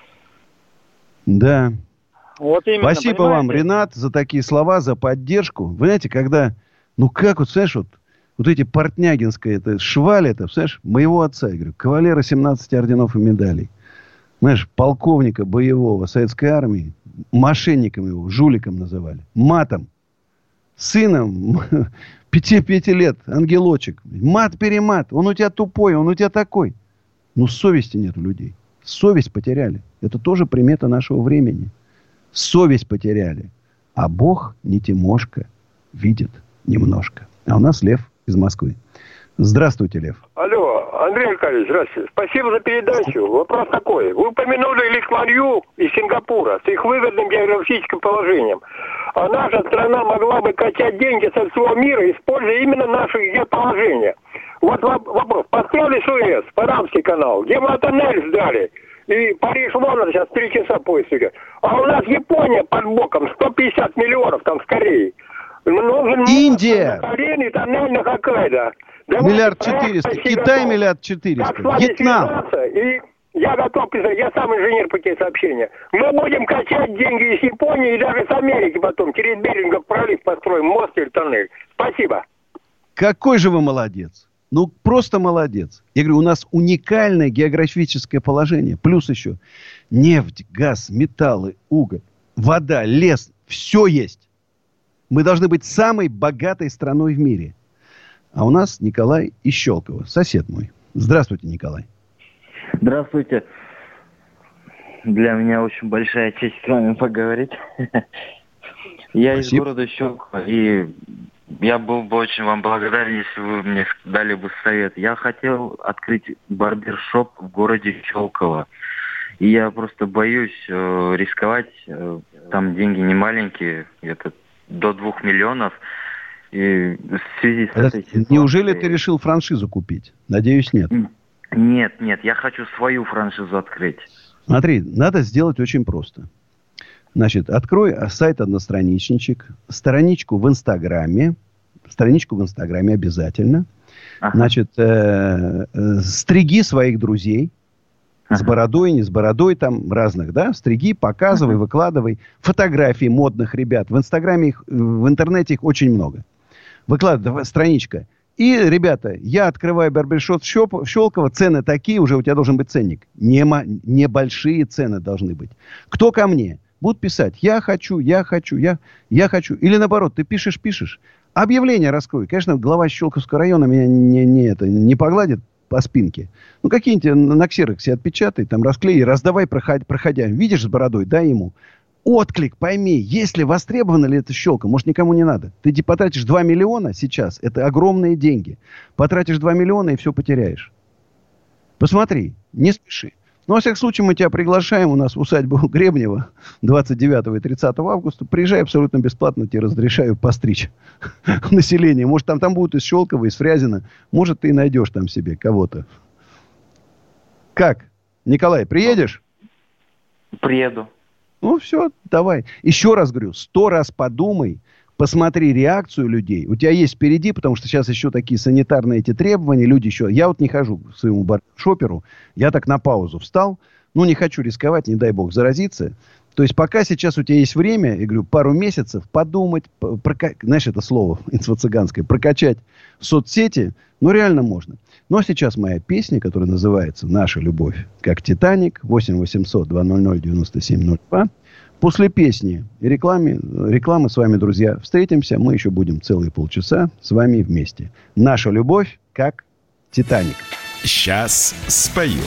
Да. Вот именно, Спасибо понимаете? вам, Ренат, за такие слова, за поддержку. Вы знаете, когда, ну как вот, знаешь, вот, вот эти портнягинские, это швали, это, знаешь, моего отца, я говорю, кавалера семнадцати орденов и медалей. Знаешь, полковника боевого советской армии, мошенником его, жуликом называли, матом, сыном, пяти, пяти лет, ангелочек, мат-перемат, он у тебя тупой, он у тебя такой. Ну, совести нет у людей. Совесть потеряли. Это тоже примета нашего времени. Совесть потеряли. А Бог не Тимошка видит немножко. А у нас Лев из Москвы. Здравствуйте, Лев. Алло, Андрей Аркадьевич, здравствуйте. Спасибо за передачу. Вопрос такой. Вы упомянули Ли Куан Ю из Сингапура с их выгодным географическим положением. А наша страна могла бы качать деньги со всего мира, используя именно наше геоположение. Вот вопрос. Построили Суэц, Панамский канал, гемотоннель сдали. И Париж-Лондон сейчас три часа поезд идет. А у нас Япония под боком, сто пятьдесят миллионов там скорее. Нужен Индия. Мост, тоннель на Хоккайдо. Миллиард четыреста. Китай миллиард четыреста. Вьетнам. И я готов писать, я сам инженер путей сообщения. Мы будем качать деньги из Японии и даже с Америки потом. Через Берингов пролив построим мост или тоннель. Спасибо. Какой же вы молодец. Ну, просто молодец. Я говорю, у нас уникальное географическое положение. Плюс еще нефть, газ, металлы, уголь, вода, лес. Все есть. Мы должны быть самой богатой страной в мире. А у нас Николай из Щелково, сосед мой. Здравствуйте, Николай. Здравствуйте. Для меня очень большая честь с вами поговорить. Я из города Щелково, и я был бы очень вам благодарен, если вы мне дали бы совет. Я хотел открыть барбершоп в городе Щелково. И я просто боюсь э, рисковать. Э, там деньги не маленькие, это до двух миллионов. И в связи с Это, этой ситуацией... Неужели ты решил франшизу купить? Надеюсь, нет. Нет, нет, я хочу свою франшизу открыть. Смотри, надо сделать очень просто. Значит, открой сайт «Одностраничничек», страничку в Инстаграме, страничку в Инстаграме обязательно. Ага. Значит, э, э, стриги своих друзей, ага. с бородой, не с бородой, там разных, да, стриги, показывай, ага. выкладывай. Фотографии модных ребят. В Инстаграме их, в интернете их очень много. Выкладывай, страничка. И, ребята, я открываю барбершоп в Щелково, цены такие, уже у тебя должен быть ценник. Нема, небольшие цены должны быть. Кто ко мне? Будут писать, я хочу, я хочу, я, я хочу. Или наоборот, ты пишешь, пишешь. Объявление раскрой. Конечно, глава Щелковского района меня не, не, это, не погладит по спинке. Ну, какие-нибудь на ксероксе отпечатай, там расклей, раздавай, проходя, проходя. Видишь с бородой, дай ему. Отклик, пойми, если востребовано ли это Щелково, может, никому не надо. Ты потратишь два миллиона сейчас, это огромные деньги. Потратишь два миллиона и все потеряешь. Посмотри, не спеши. Ну, во всяком случае, мы тебя приглашаем у нас в усадьбу Гребнева двадцать девятого и тридцатого августа. Приезжай абсолютно бесплатно, тебе разрешаю постричь население. Может, там, там будут из Щелково, из Фрязино. Может, ты найдешь там себе кого-то. Как? Николай, приедешь? Приеду. Ну, все, давай. Еще раз говорю, сто раз подумай, посмотри реакцию людей. У тебя есть впереди, потому что сейчас еще такие санитарные эти требования. Люди еще... Я вот не хожу к своему барбершоперу. Я так на паузу встал. Ну, не хочу рисковать, не дай бог заразиться. То есть, пока сейчас у тебя есть время, я говорю, пару месяцев подумать, прока... знаешь, это слово инфо-цыганское, прокачать соцсети, ну, реально можно. Но сейчас моя песня, которая называется «Наша любовь как Титаник», восемь восемьсот двести девяносто семь ноль два. После песни и рекламы, рекламы с вами, друзья, встретимся. Мы еще будем целые полчаса с вами вместе. «Наша любовь как Титаник». Сейчас спою.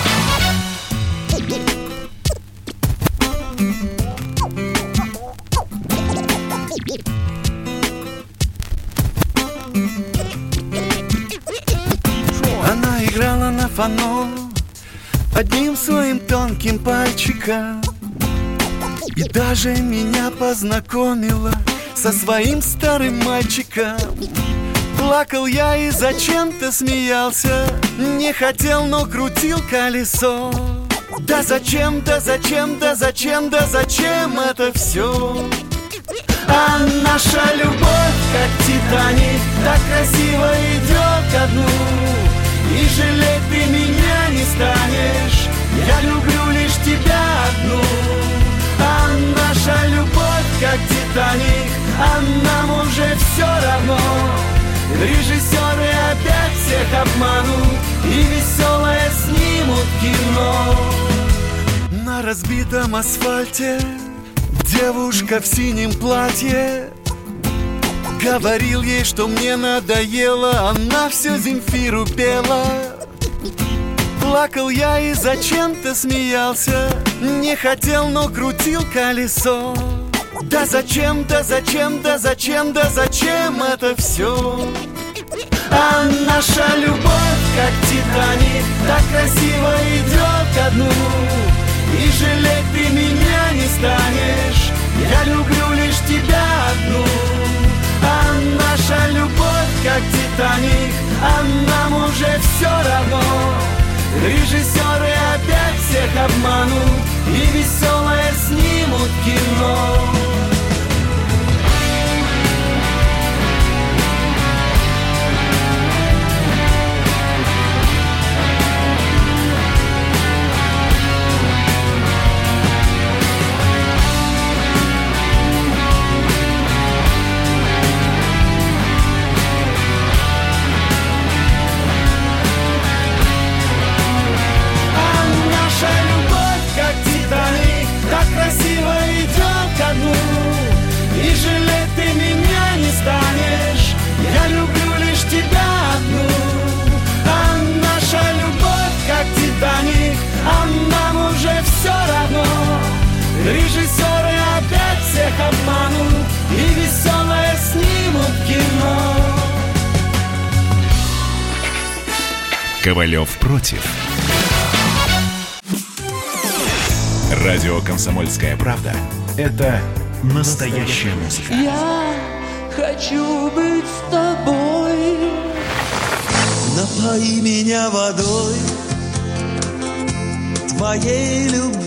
Она играла на фано одним своим тонким пальчиком и даже меня познакомила со своим старым мальчиком. Плакал я и зачем-то смеялся, не хотел, но крутил колесо. Да зачем, да зачем, да зачем, да зачем это все? А наша любовь, как Титаник, так красиво идет ко дну. И жалеть ты меня не станешь, я люблю лишь тебя одну. А наша любовь, как Титаник, а нам уже все равно. Режиссеры опять всех обманут и веселое снимут кино. На разбитом асфальте девушка в синем платье. Говорил ей, что мне надоело, она все Земфиру пела. Плакал я и зачем-то смеялся, не хотел, но крутил колесо. Да зачем, да зачем, да зачем, да зачем это все? А наша любовь, как Титаник, так красиво идет ко дну. И жалеть ты меня не станешь, я люблю лишь тебя одну. А наша любовь, как Титаник, а нам уже все равно. Режиссеры опять всех обманут и веселое снимут кино. Режиссеры опять всех обманут и веселое снимут кино. Ковалев против. Радио «Комсомольская правда» — это настоящая музыка. Я хочу быть с тобой. Напои меня водой твоей любви.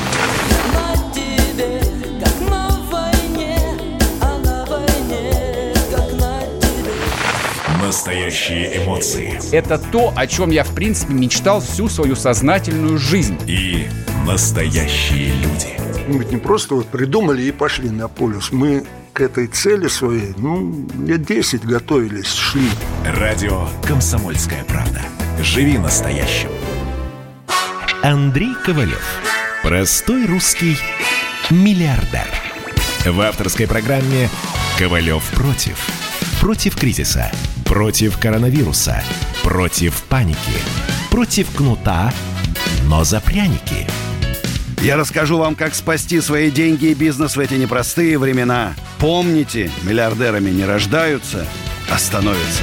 Настоящие эмоции. Это то, о чем я, в принципе, мечтал всю свою сознательную жизнь. И настоящие люди. Мы ведь не просто вот придумали и пошли на полюс. Мы к этой цели своей, ну, лет десять готовились, шли. Радио «Комсомольская правда». Живи настоящим. Андрей Ковалев. Простой русский миллиардер. В авторской программе «Ковалев против». Против кризиса. Против коронавируса. Против паники. Против кнута, но за пряники. Я расскажу вам, как спасти свои деньги и бизнес в эти непростые времена. Помните, миллиардерами не рождаются, а становятся.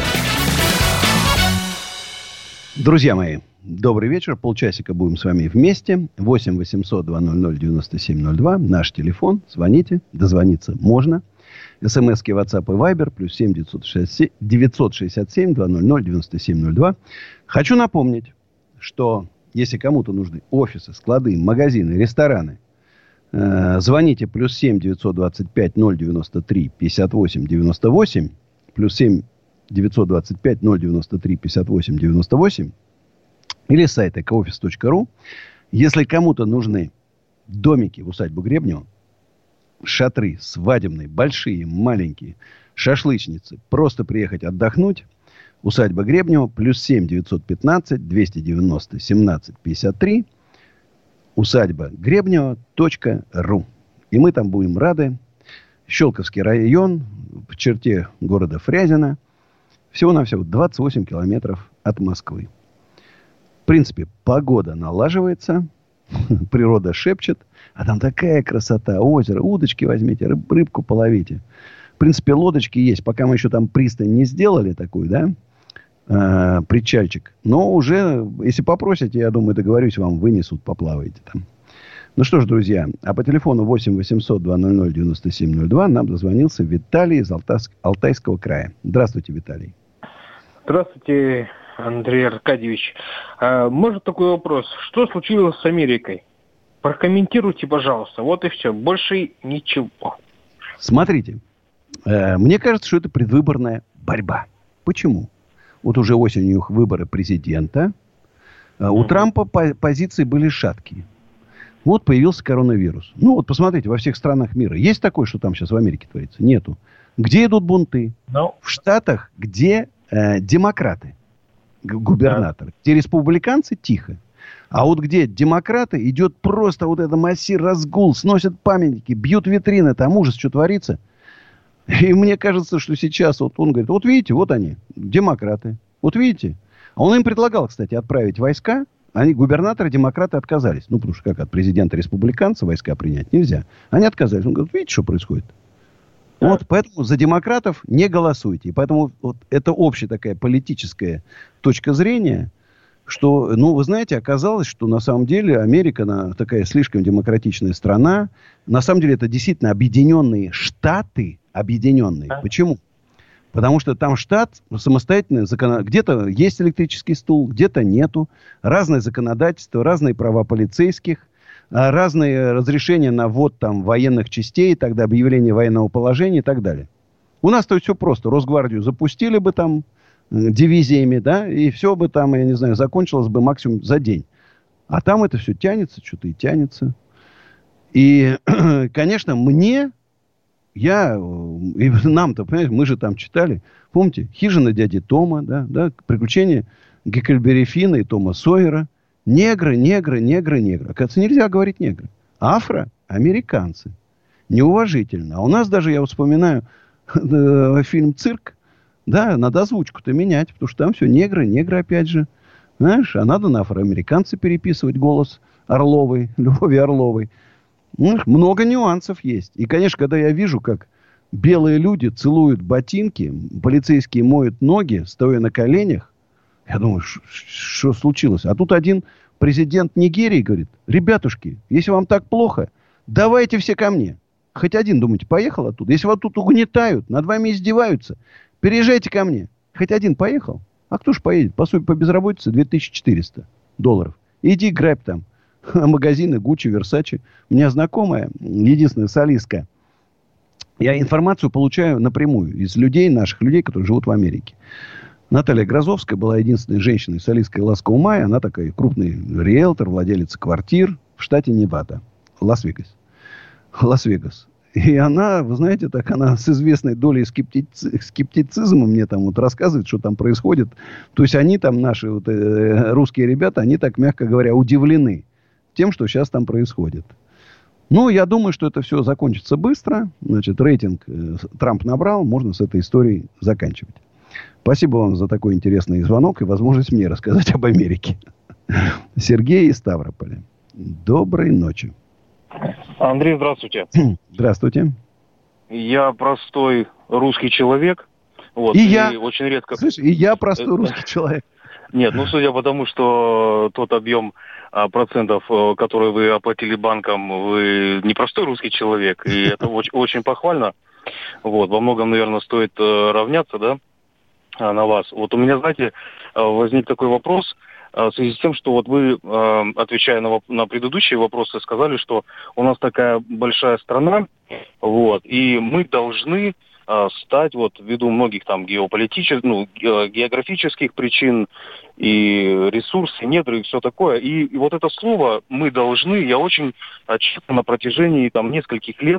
Друзья мои, добрый вечер. Полчасика будем с вами вместе. восемь восемьсот два ноль ноль девяносто семь ноль два. Наш телефон. Звоните. Дозвониться можно. СМСки, WhatsApp и Viber. Плюс семь девятьсот шестьдесят семь два ноль ноль девяносто семь ноль два. Хочу напомнить, что если кому-то нужны офисы, склады, магазины, рестораны, э, звоните плюс семь девятьсот двадцать пять ноль девяносто три пятьдесят восемь девяносто восемь. Плюс семь девятьсот двадцать пять ноль девяносто три пятьдесят восемь девяносто восемь. Или сайт экоофис точка ру. Если кому-то нужны домики в усадьбу Гребнева, шатры свадебные, большие, маленькие, шашлычницы, просто приехать отдохнуть, усадьба Гребнева, плюс семь девятьсот пятнадцать двести девяносто семнадцать пятьдесят три, усадьба Гребнева точка ру. И мы там будем рады. Щелковский район, в черте города Фрязино, всего-навсего двадцать восемь километров от Москвы. В принципе, погода налаживается, природа шепчет, а там такая красота, озеро, удочки возьмите, рыб, рыбку половите. В принципе, лодочки есть, пока мы еще там пристань не сделали такую, да, э, причальчик. Но уже, если попросите, я думаю, договорюсь, вам вынесут, поплаваете там. Ну что ж, друзья, а по телефону восемь восемьсот два ноль ноль девяносто семь ноль два нам дозвонился Виталий из Алтайск, Алтайского края. Здравствуйте, Виталий. Здравствуйте, Андрей Аркадьевич. А, может такой вопрос? Что случилось с Америкой? Прокомментируйте, пожалуйста. Вот и все. Больше ничего. Смотрите. Э, мне кажется, что это предвыборная борьба. Почему? Вот уже осенью у них выборы президента. Э, у mm-hmm. Трампа по- позиции были шаткие. Вот появился коронавирус. Ну, вот посмотрите, во всех странах мира. Есть такое, что там сейчас в Америке творится? Нету. Где идут бунты? No. В штатах, где э, демократы, губернаторы. Yeah. Где республиканцы, тихо. А вот где демократы, идет просто вот это массир, разгул, сносят памятники, бьют витрины, там ужас, что творится. И мне кажется, что сейчас вот он говорит, вот видите, вот они, демократы. Вот видите. А он им предлагал, кстати, отправить войска. Они, губернаторы, демократы отказались. Ну, потому что как от президента республиканца войска принять нельзя. Они отказались. Он говорит, видите, что происходит? Да. Вот, поэтому за демократов не голосуйте. И поэтому вот это общая такая политическая точка зрения, что, ну, вы знаете, оказалось, что на самом деле Америка она такая слишком демократичная страна. На самом деле это действительно объединенные штаты, объединенные. Да. Почему? Потому что там штат самостоятельный, закон... где-то есть электрический стул, где-то нету. Разное законодательство, разные права полицейских, разные разрешения на ввод там военных частей, тогда объявление военного положения и так далее. У нас-то все просто. Росгвардию запустили бы там дивизиями, да, и все бы там, я не знаю, закончилось бы максимум за день. А там это все тянется, что-то и тянется. И, конечно, мне, я, и нам-то, понимаете, мы же там читали, помните, «Хижина дяди Тома», да, да, «Приключения Гекльберри Финна и Тома Сойера». Негры, негры, негры, негры. Оказывается, нельзя говорить негры. Афроамериканцы. Неуважительно. А у нас даже, я вот вспоминаю фильм «Цирк», да, надо озвучку-то менять, потому что там все негры, негры опять же. Знаешь, а надо на афроамериканца переписывать голос Орловой, Любови Орловой. Знаешь, много нюансов есть. И, конечно, когда я вижу, как белые люди целуют ботинки, полицейские моют ноги, стоя на коленях, я думаю, что случилось? А тут один президент Нигерии говорит: ребятушки, если вам так плохо, давайте все ко мне. Хоть один, думаете, поехал оттуда? Если вас тут угнетают, над вами издеваются, переезжайте ко мне. Хоть один поехал? А кто ж поедет? По сути, по безработице две тысячи четыреста долларов. Иди грабь там магазины Гуччи, Версачи. У меня знакомая, единственная солистка. Я информацию получаю напрямую из людей, наших людей, которые живут в Америке. Наталья Грозовская была единственной женщиной солисткой «Ласкового мая». Она такая крупный риэлтор, владелец квартир в штате Невада. Лас-Вегас. Лас-Вегас. И она, вы знаете, так она с известной долей скептици- скептицизма мне там вот рассказывает, что там происходит. То есть они там, наши вот, э, русские ребята, они так, мягко говоря, удивлены тем, что сейчас там происходит. Ну, я думаю, что это все закончится быстро. Значит, рейтинг э, Трамп набрал, можно с этой историей заканчивать. Спасибо вам за такой интересный звонок и возможность мне рассказать об Америке. Сергей из Ставрополя. Доброй ночи. Андрей, здравствуйте. Здравствуйте. Я простой русский человек. Вот, и, и я. Очень редко... Слышь, и я простой русский человек. Нет, ну, судя по тому, что тот объем а, процентов, которые вы оплатили банком, вы не простой русский человек, и это очень, очень похвально. Вот, во многом, наверное, стоит э, равняться, да, на вас. Вот у меня, знаете, возник такой вопрос в связи с тем, что вот вы, отвечая на, на предыдущие вопросы, сказали, что у нас такая большая страна, вот, и мы должны стать, вот, ввиду многих там геополитических, ну, географических причин и ресурсы, недры и все такое. И, и вот это слово «мы должны» я очень часто на протяжении там нескольких лет,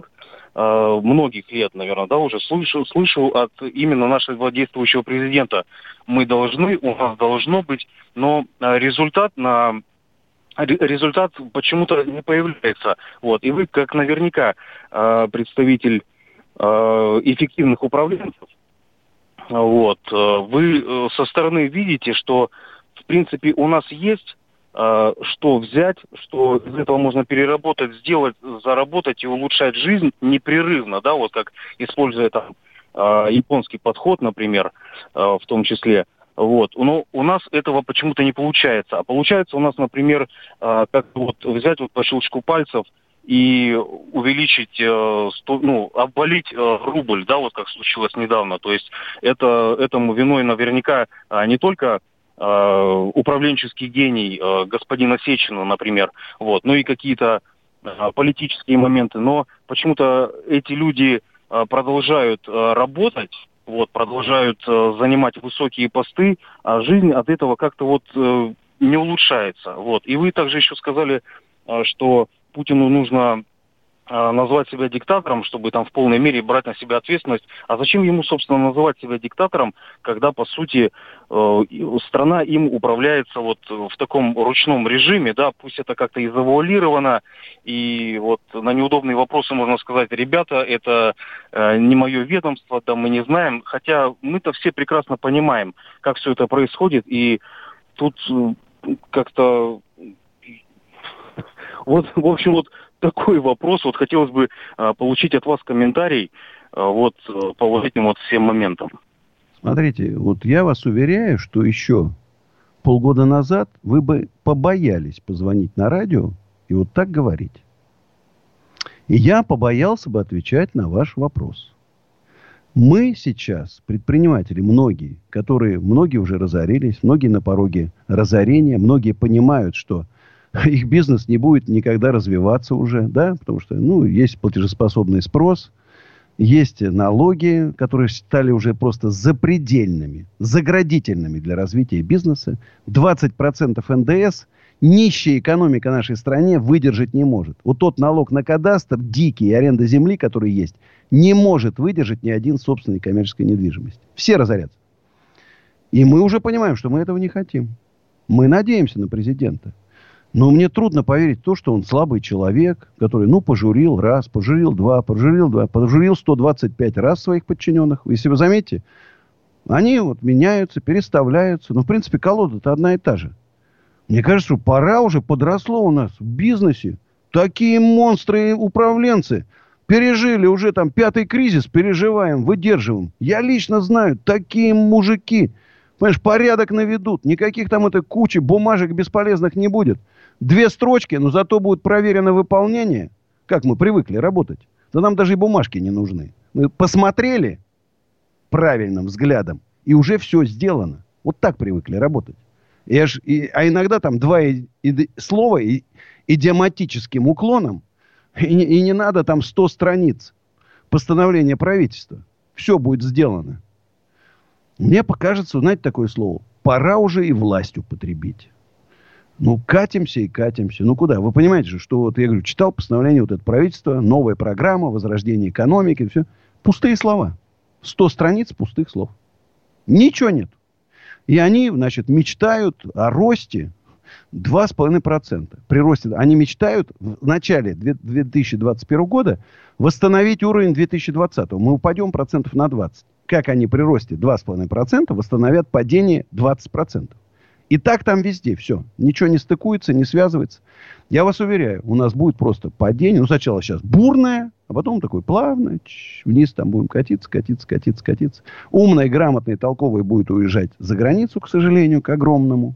многих лет, наверное, да, уже слышу, слышу от именно нашего действующего президента. Мы должны, у нас должно быть, но результат на результат почему-то не появляется. Вот. И вы, как наверняка представитель эффективных управленцев, вот, вы со стороны видите, что в принципе у нас есть что взять, что из этого можно переработать, сделать, заработать и улучшать жизнь непрерывно, да, вот как используя там японский подход, например, в том числе. Вот. Но у нас этого почему-то не получается. А получается у нас, например, как вот взять вот по щелчку пальцев и увеличить, ну, обвалить рубль, да, вот как случилось недавно. То есть это, этому виной наверняка не только управленческий гений господина Сечина, например, вот, ну и какие-то политические моменты, но почему-то эти люди продолжают работать, вот, продолжают занимать высокие посты, а жизнь от этого как-то вот не улучшается, вот. И вы также еще сказали, что Путину нужно назвать себя диктатором, чтобы там в полной мере брать на себя ответственность. А зачем ему, собственно, называть себя диктатором, когда, по сути, страна им управляется вот в таком ручном режиме, да, пусть это как-то и завуалировано, и вот на неудобные вопросы можно сказать: ребята, это не мое ведомство, да, мы не знаем, хотя мы-то все прекрасно понимаем, как все это происходит, и тут как-то... Вот, в общем, вот такой вопрос. Вот хотелось бы а, получить от вас комментарий а, вот по вот этим вот всем моментам. Смотрите, вот я вас уверяю, что еще полгода назад вы бы побоялись позвонить на радио и вот так говорить. И я побоялся бы отвечать на ваш вопрос. Мы сейчас, предприниматели, многие, которые, многие уже разорились, многие на пороге разорения, многие понимают, что их бизнес не будет никогда развиваться уже, да, потому что, ну, есть платежеспособный спрос, есть налоги, которые стали уже просто запредельными, заградительными для развития бизнеса. двадцать процентов эн дэ эс нищая экономика нашей стране выдержать не может. Вот тот налог на кадастр, дикий, и аренда земли, который есть, не может выдержать ни один собственник коммерческой недвижимости. Все разорятся. И мы уже понимаем, что мы этого не хотим. Мы надеемся на президента. Но мне трудно поверить в то, что он слабый человек, который, ну, пожурил раз, пожурил два, пожурил два, пожурил сто двадцать пять раз своих подчиненных. Если вы заметите, они вот меняются, переставляются. Но, в принципе, колода-то одна и та же. Мне кажется, что пора уже, подросло у нас в бизнесе. Такие монстры-управленцы пережили уже там пятый кризис, переживаем, выдерживаем. Я лично знаю, такие мужики, понимаешь, порядок наведут. Никаких там этой кучи бумажек бесполезных не будет. Две строчки, но зато будет проверено выполнение. Как мы привыкли работать. Да нам даже и бумажки не нужны. Мы посмотрели правильным взглядом, и уже все сделано. Вот так привыкли работать. И аж, и, а иногда там два и, и, слова и, идиоматическим уклоном, и, и не надо там сто страниц постановления правительства. Все будет сделано. Мне покажется, знаете, такое слово. Пора уже и власть употребить. Ну, катимся и катимся. Ну, куда? Вы понимаете же, что вот я говорю, читал постановление вот это правительства, новая программа, возрождение экономики, все. Пустые слова. Сто страниц пустых слов. Ничего нет. И они, значит, мечтают о росте два с половиной процента. При росте они мечтают в начале две тысячи двадцать первого года восстановить уровень две тысячи двадцатого. Мы упадем процентов на двадцать. Как они при росте два с половиной процента восстановят падение двадцать процентов. И так там везде все. Ничего не стыкуется, не связывается. Я вас уверяю, у нас будет просто падение. Ну, сначала сейчас бурное, а потом такое плавное. Вниз там будем катиться, катиться, катиться, катиться. Умный, грамотный, толковый будет уезжать за границу, к сожалению, к огромному.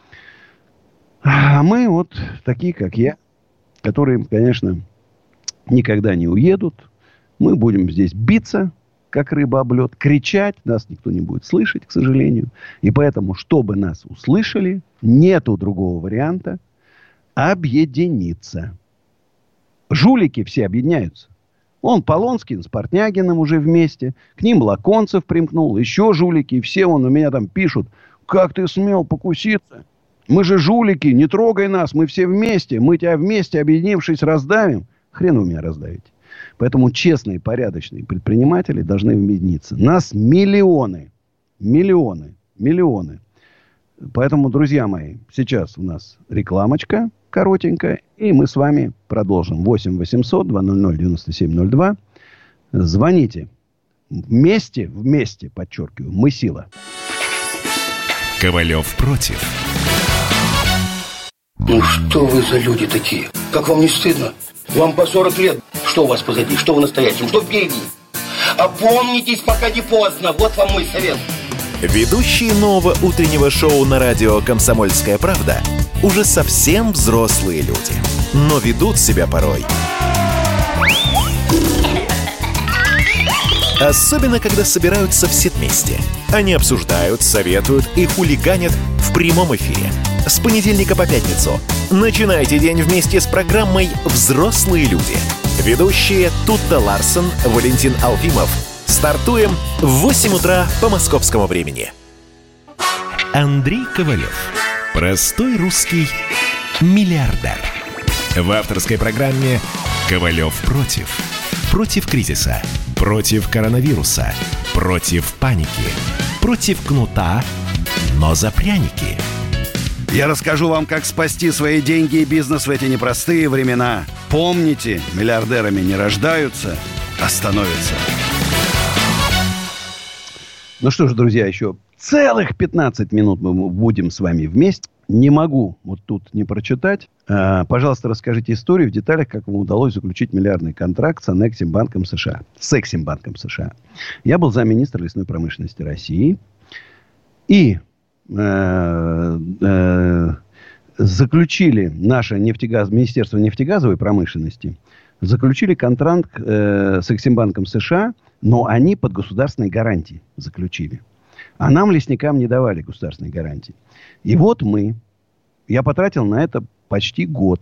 А мы вот такие, как я, которые, конечно, никогда не уедут. Мы будем здесь биться, как рыба об лед, кричать. Нас никто не будет слышать, к сожалению. И поэтому, чтобы нас услышали, нету другого варианта. Объединиться. Жулики все объединяются. Он Полонскин с Портнягиным уже вместе. К ним Лаконцев примкнул. Еще жулики. И все вон у меня там пишут. Как ты смел покуситься? Мы же жулики. Не трогай нас. Мы все вместе. Мы тебя вместе, объединившись, раздавим. Хрен вы меня раздавите. Поэтому честные, порядочные предприниматели должны объединиться. Нас миллионы. Миллионы. Миллионы. Поэтому, друзья мои, сейчас у нас рекламочка коротенькая. И мы с вами продолжим. восемь восемьсот двести девяносто семь ноль два. Звоните. Вместе, вместе, подчеркиваю, мы сила. Ковалев против. Ну что вы за люди такие? Как вам не стыдно? Вам по сорок лет. Что у вас позади? Что в настоящем? Что впереди? Опомнитесь, пока не поздно. Вот вам мой совет. Ведущие нового утреннего шоу на радио «Комсомольская правда» уже совсем взрослые люди. Но ведут себя порой. Особенно, когда собираются все вместе. Они обсуждают, советуют и хулиганят в прямом эфире. С понедельника по пятницу. Начинайте день вместе с программой «Взрослые люди». Ведущие Тутта Ларсон, Валентин Алфимов. Стартуем в восемь утра по московскому времени. Андрей Ковалев. Простой русский миллиардер. В авторской программе «Ковалев против». Против кризиса. Против коронавируса. Против паники. Против кнута, но за пряники. Я расскажу вам, как спасти свои деньги и бизнес в эти непростые времена. Помните, миллиардерами не рождаются, а становятся. Ну что ж, друзья, еще целых пятнадцать минут мы будем с вами вместе. Не могу вот тут не прочитать. А, пожалуйста, расскажите историю в деталях, как вам удалось заключить миллиардный контракт с Эксимбанком США. С Эксимбанком США. Я был замминистра лесной промышленности России. И э, э, заключили наше нефтегаз, Министерство нефтегазовой промышленности, заключили контракт э, с Эксимбанком США, но они под государственной гарантией заключили. А нам, лесникам, не давали государственной гарантии. И вот мы, я потратил на это почти год.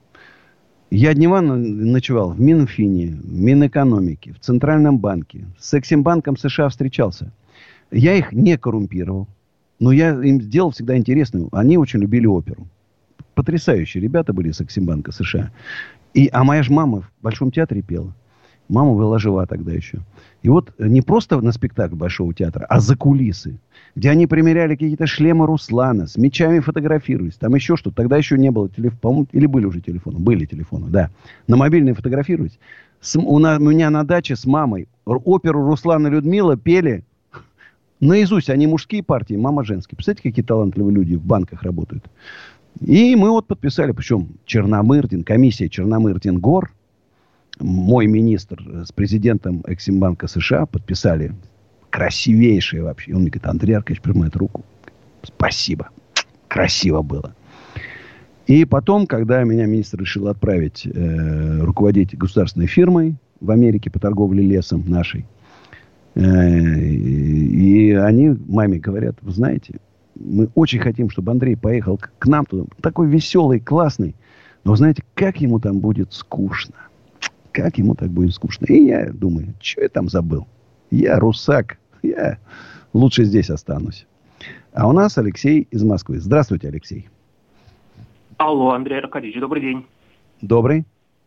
Я дневно ночевал в Минфине, в Минэкономике, в Центральном банке. С Эксимбанком США встречался. Я их не коррумпировал. Но я им сделал всегда интересную. Они очень любили оперу. Потрясающие ребята были с Эксимбанка США. И, а моя же мама в Большом театре пела. Мама была жива тогда еще. И вот не просто на спектакль Большого театра, а за кулисы. Где они примеряли какие-то шлемы Руслана, с мечами фотографировались. Там еще что-то. Тогда еще не было телефона. По-моему, или были уже телефоны? Были телефоны, да. На мобильные фотографировались. С, у, на, у меня на даче с мамой оперу Руслан и Людмила пели наизусть. Они мужские партии, мама женские. Представляете, какие талантливые люди в банках работают. И мы вот подписали, причем Черномырдин, комиссия Черномырдин-Гор, мой министр с президентом Эксимбанка США подписали красивейшее вообще. Он мне говорит: Андрей Аркадьевич, пожимает руку. Спасибо. Красиво было. И потом, когда меня министр решил отправить э, руководить государственной фирмой в Америке по торговле лесом нашей, э, и они маме говорят: вы знаете, мы очень хотим, чтобы Андрей поехал к, к нам туда. Такой веселый, классный. Но знаете, как ему там будет скучно. Как ему так будет скучно. И я думаю, что я там забыл? Я русак. Я лучше здесь останусь. А у нас Алексей из Москвы. Здравствуйте, Алексей. Алло, Андрей Аркадьевич, добрый день. Добрый.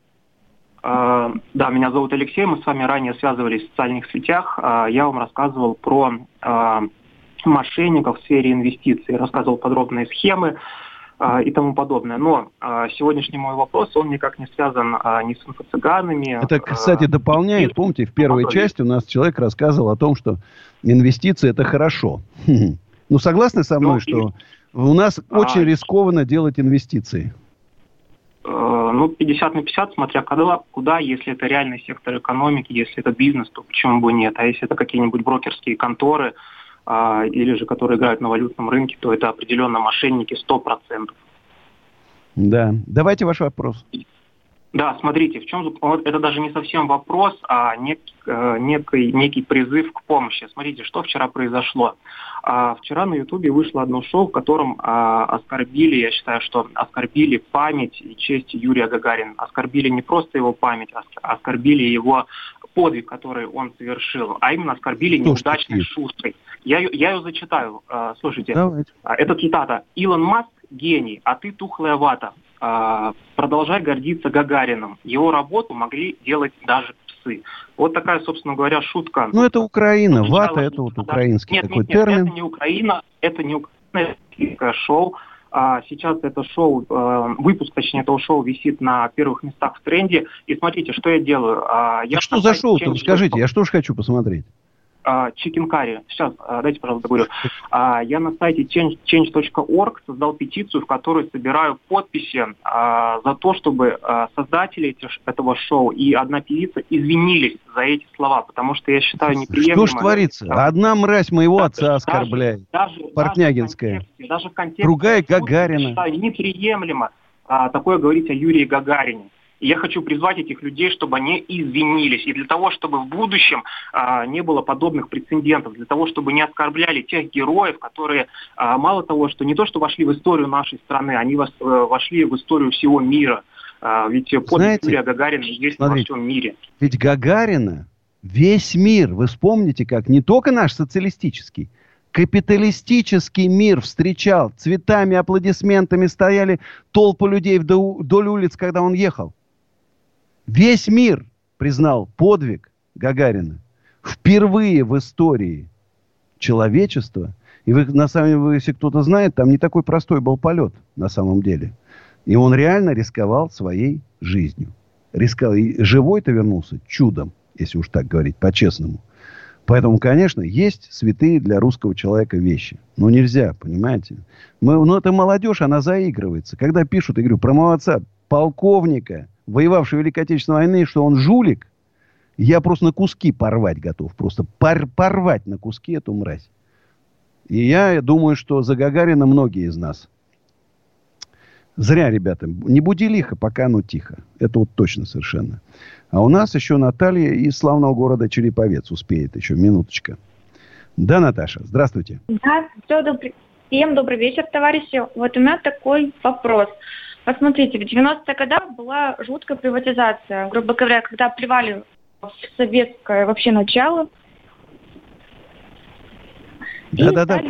А, да, меня зовут Алексей. Мы с вами ранее связывались в социальных сетях. А, я вам рассказывал про а, мошенников в сфере инвестиций. Рассказывал подробные схемы и тому подобное. Но а, сегодняшний мой вопрос, он никак не связан а, ни с инфо-цыганами. Это, кстати, дополняет. Помните, в первой подобное. части у нас человек рассказывал о том, что инвестиции – это хорошо. Ну, согласны со мной, ну, что и... у нас а... очень рискованно делать инвестиции? Ну, пятьдесят на пятьдесят, смотря куда, куда, если это реальный сектор экономики, если это бизнес, то почему бы нет? А если это какие-нибудь брокерские конторы, или же которые играют на валютном рынке, то это определенно мошенники сто процентов. Да. Давайте ваш вопрос. Да, смотрите, в чем это даже не совсем вопрос, а нек, некий, некий призыв к помощи. Смотрите, что вчера произошло. Вчера на Ютубе вышло одно шоу, в котором оскорбили, я считаю, что оскорбили память и честь Юрия Гагарина. Оскорбили не просто его память, а оскорбили его подвиг, который он совершил, а именно оскорбили неудачной шуткой. Я, я ее зачитаю. Слушайте, Давайте. Это цитата. «Илон Маск – гений, а ты тухлая вата. Продолжай гордиться Гагарином. Его работу могли делать даже псы». Вот такая, собственно говоря, шутка. Ну, это Украина. Вата – это вот украинский нет, такой нет, нет, термин. это не Украина, это не Украина, это шоу. А сейчас это шоу, выпуск, точнее, этого шоу висит на первых местах в тренде. И смотрите, что я делаю. Я а что за шоу-то? Скажите, я что же хочу посмотреть? Chicken Curry. Сейчас, дайте, пожалуйста, договорю. Я на сайте change точка org создал петицию, в которой собираю подписи за то, чтобы создатели этого шоу и одна певица извинились за эти слова, потому что я считаю неприемлемым. Что ж творится? Одна мразь моего отца оскорбляет. Даже, Портнягинская. Даже в контексте, другая Гагарина. Я считаю неприемлемо такое говорить о Юрии Гагарине. И я хочу призвать этих людей, чтобы они извинились. И для того, чтобы в будущем а, не было подобных прецедентов, для того, чтобы не оскорбляли тех героев, которые а, мало того, что не то, что вошли в историю нашей страны, они вос, вошли в историю всего мира. А, ведь подвиг Юрия Гагарина есть смотрите, во всем мире. Ведь Гагарина весь мир, вы вспомните как, не только наш социалистический, капиталистический мир встречал. Цветами, аплодисментами стояли толпы людей вдоль улиц, когда он ехал. Весь мир признал подвиг Гагарина. Впервые в истории человечества. И вы, на самом деле, если кто-то знает, там не такой простой был полет на самом деле. И он реально рисковал своей жизнью. Рисковал. И живой-то вернулся чудом, если уж так говорить, по-честному. Поэтому, конечно, есть святые для русского человека вещи. Но нельзя, понимаете. Мы, ну, это молодежь, она заигрывается. Когда пишут, я говорю, про моего отца, полковника, воевавшего в Великой Отечественной войне, что он жулик, я просто на куски порвать готов. Просто пор- порвать на куски эту мразь. И я думаю, что за Гагарина многие из нас Зря, ребята. Не буди лихо, пока оно тихо. Это вот точно совершенно. А у нас еще Наталья из славного города Череповец успеет еще. Минуточка. Да, Наташа, здравствуйте. Да, все, добрый, всем добрый вечер, товарищи. Вот у меня такой вопрос. Посмотрите, в девяностых годах была жуткая приватизация. Грубо говоря, когда плевали в советское вообще начало. Да-да-да.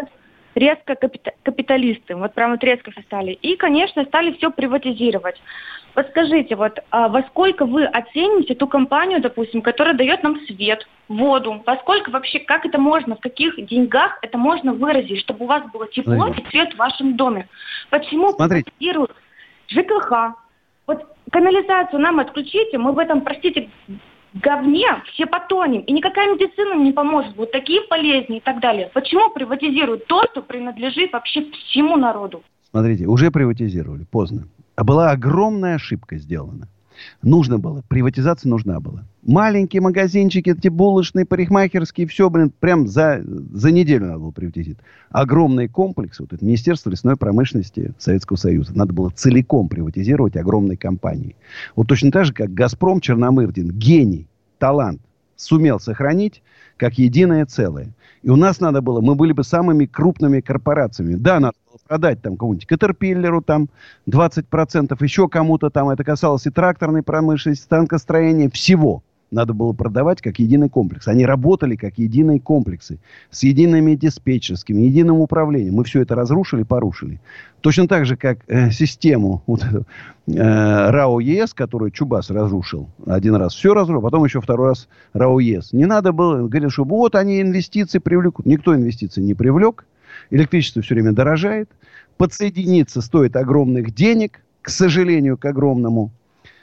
Резко капита- капиталисты, вот прямо вот резко стали. И, конечно, стали все приватизировать. Вот скажите, вот а во сколько вы оцените ту компанию, допустим, которая дает нам свет, воду? Во сколько вообще, как это можно, в каких деньгах это можно выразить, чтобы у вас было тепло Смотрите. и свет в вашем доме? Почему Смотрите. приватизируют ЖКХ? Вот канализацию нам отключите, мы в этом, простите, говне все потонем, и никакая медицина не поможет, будут такие болезни и так далее. Почему приватизируют то, что принадлежит вообще всему народу? Смотрите, уже приватизировали, поздно. А была огромная ошибка сделана. Нужно было, приватизация нужна была. Маленькие магазинчики, эти булочные, парикмахерские, все, блин, прям за, за неделю надо было приватизировать. Огромные комплексы, вот это Министерство лесной промышленности Советского Союза, надо было целиком приватизировать огромные компании. Вот точно так же, как «Газпром» Черномырдин, гений, талант, сумел сохранить как единое целое. И у нас надо было, мы были бы самыми крупными корпорациями. Да, надо было продать там кому-нибудь Caterpillar, там двадцать процентов, еще кому-то там. Это касалось и тракторной промышленности, станкостроения, всего. Надо было продавать как единый комплекс. Они работали как единые комплексы. С едиными диспетчерскими, единым управлением. Мы все это разрушили, порушили. Точно так же, как э, систему вот эту, э, РАО-ЕС, которую Чубас разрушил. Один раз все разрушил, потом еще второй раз РАО-ЕС. Не надо было говорить, что вот они инвестиции привлекут. Никто инвестиции не привлек. Электричество все время дорожает. Подсоединиться стоит огромных денег, к сожалению, к огромному.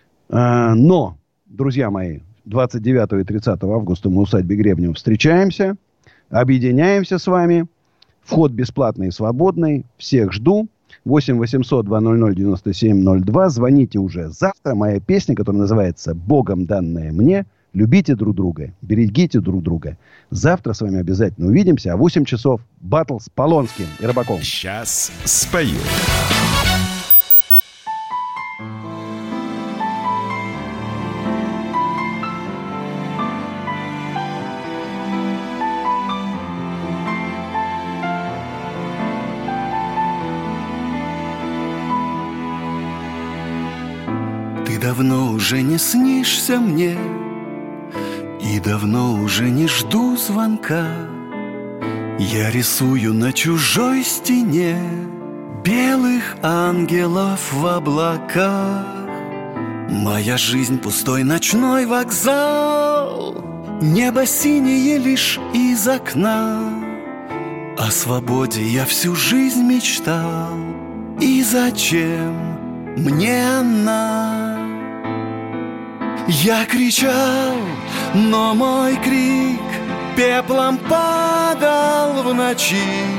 Э, но, друзья мои, двадцать девятого и тридцатого августа мы в усадьбе Гребнева встречаемся, объединяемся с вами. Вход бесплатный и свободный. Всех жду. восемь восемьсот два ноль ноль девяносто семь ноль два. Звоните уже завтра. Моя песня, которая называется «Богом данная мне». Любите друг друга. Берегите друг друга. Завтра с вами обязательно увидимся. А в восемь часов баттл с Полонским и Рыбаковым. Сейчас спою. Давно уже не снишься мне, и давно уже не жду звонка. Я рисую на чужой стене белых ангелов в облаках. Моя жизнь пустой ночной вокзал, небо синее лишь из окна. О свободе я всю жизнь мечтал, и зачем мне она? Я кричал, но мой крик пеплом падал в ночи.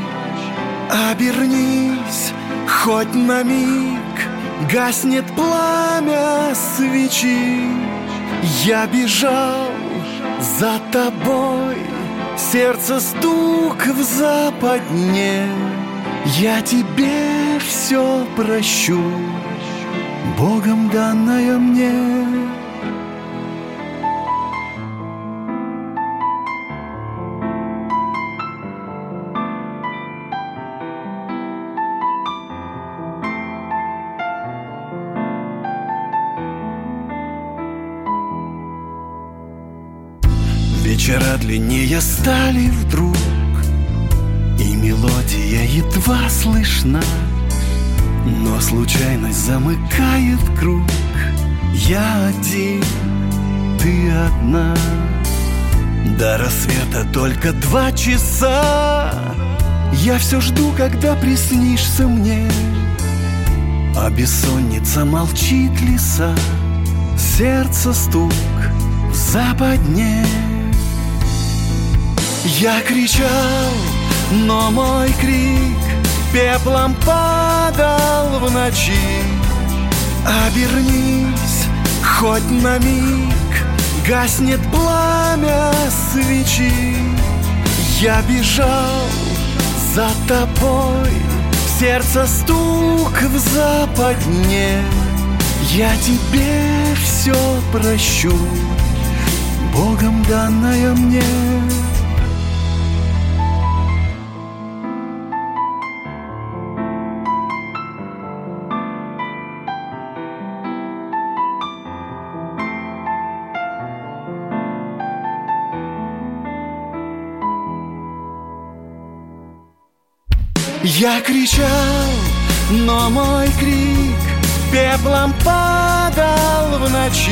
Обернись, хоть на миг гаснет пламя свечи. Я бежал за тобой, сердце стук в западне. Я тебе все прощу, Богом данное мне. Вечера длиннее стали вдруг, и мелодия едва слышна, но случайность замыкает круг. Я один, ты одна. До рассвета только два часа. Я все жду, когда приснишься мне, а бессонница молчит леса. Сердце стук в западне. Я кричал, но мой крик пеплом падал в ночи. Обернись, хоть на миг гаснет пламя свечи. Я бежал за тобой, сердце стук в западне. Я тебе все прощу, Богом данное мне. Я кричал, но мой крик пеплом падал в ночи.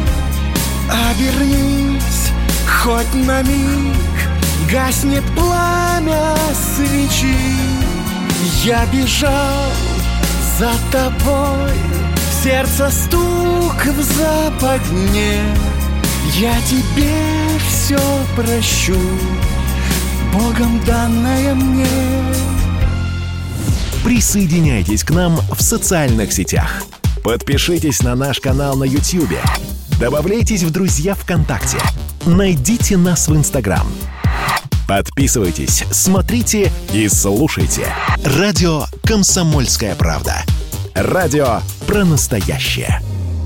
Обернись, хоть на миг гаснет пламя свечи. Я бежал за тобой, сердце стук в западне. Я тебе все прощу, Богом данное мне. Присоединяйтесь к нам в социальных сетях. Подпишитесь на наш канал на YouTube. Добавляйтесь в друзья ВКонтакте. Найдите нас в Инстаграм. Подписывайтесь, смотрите и слушайте. Радио «Комсомольская правда». Радио про настоящее.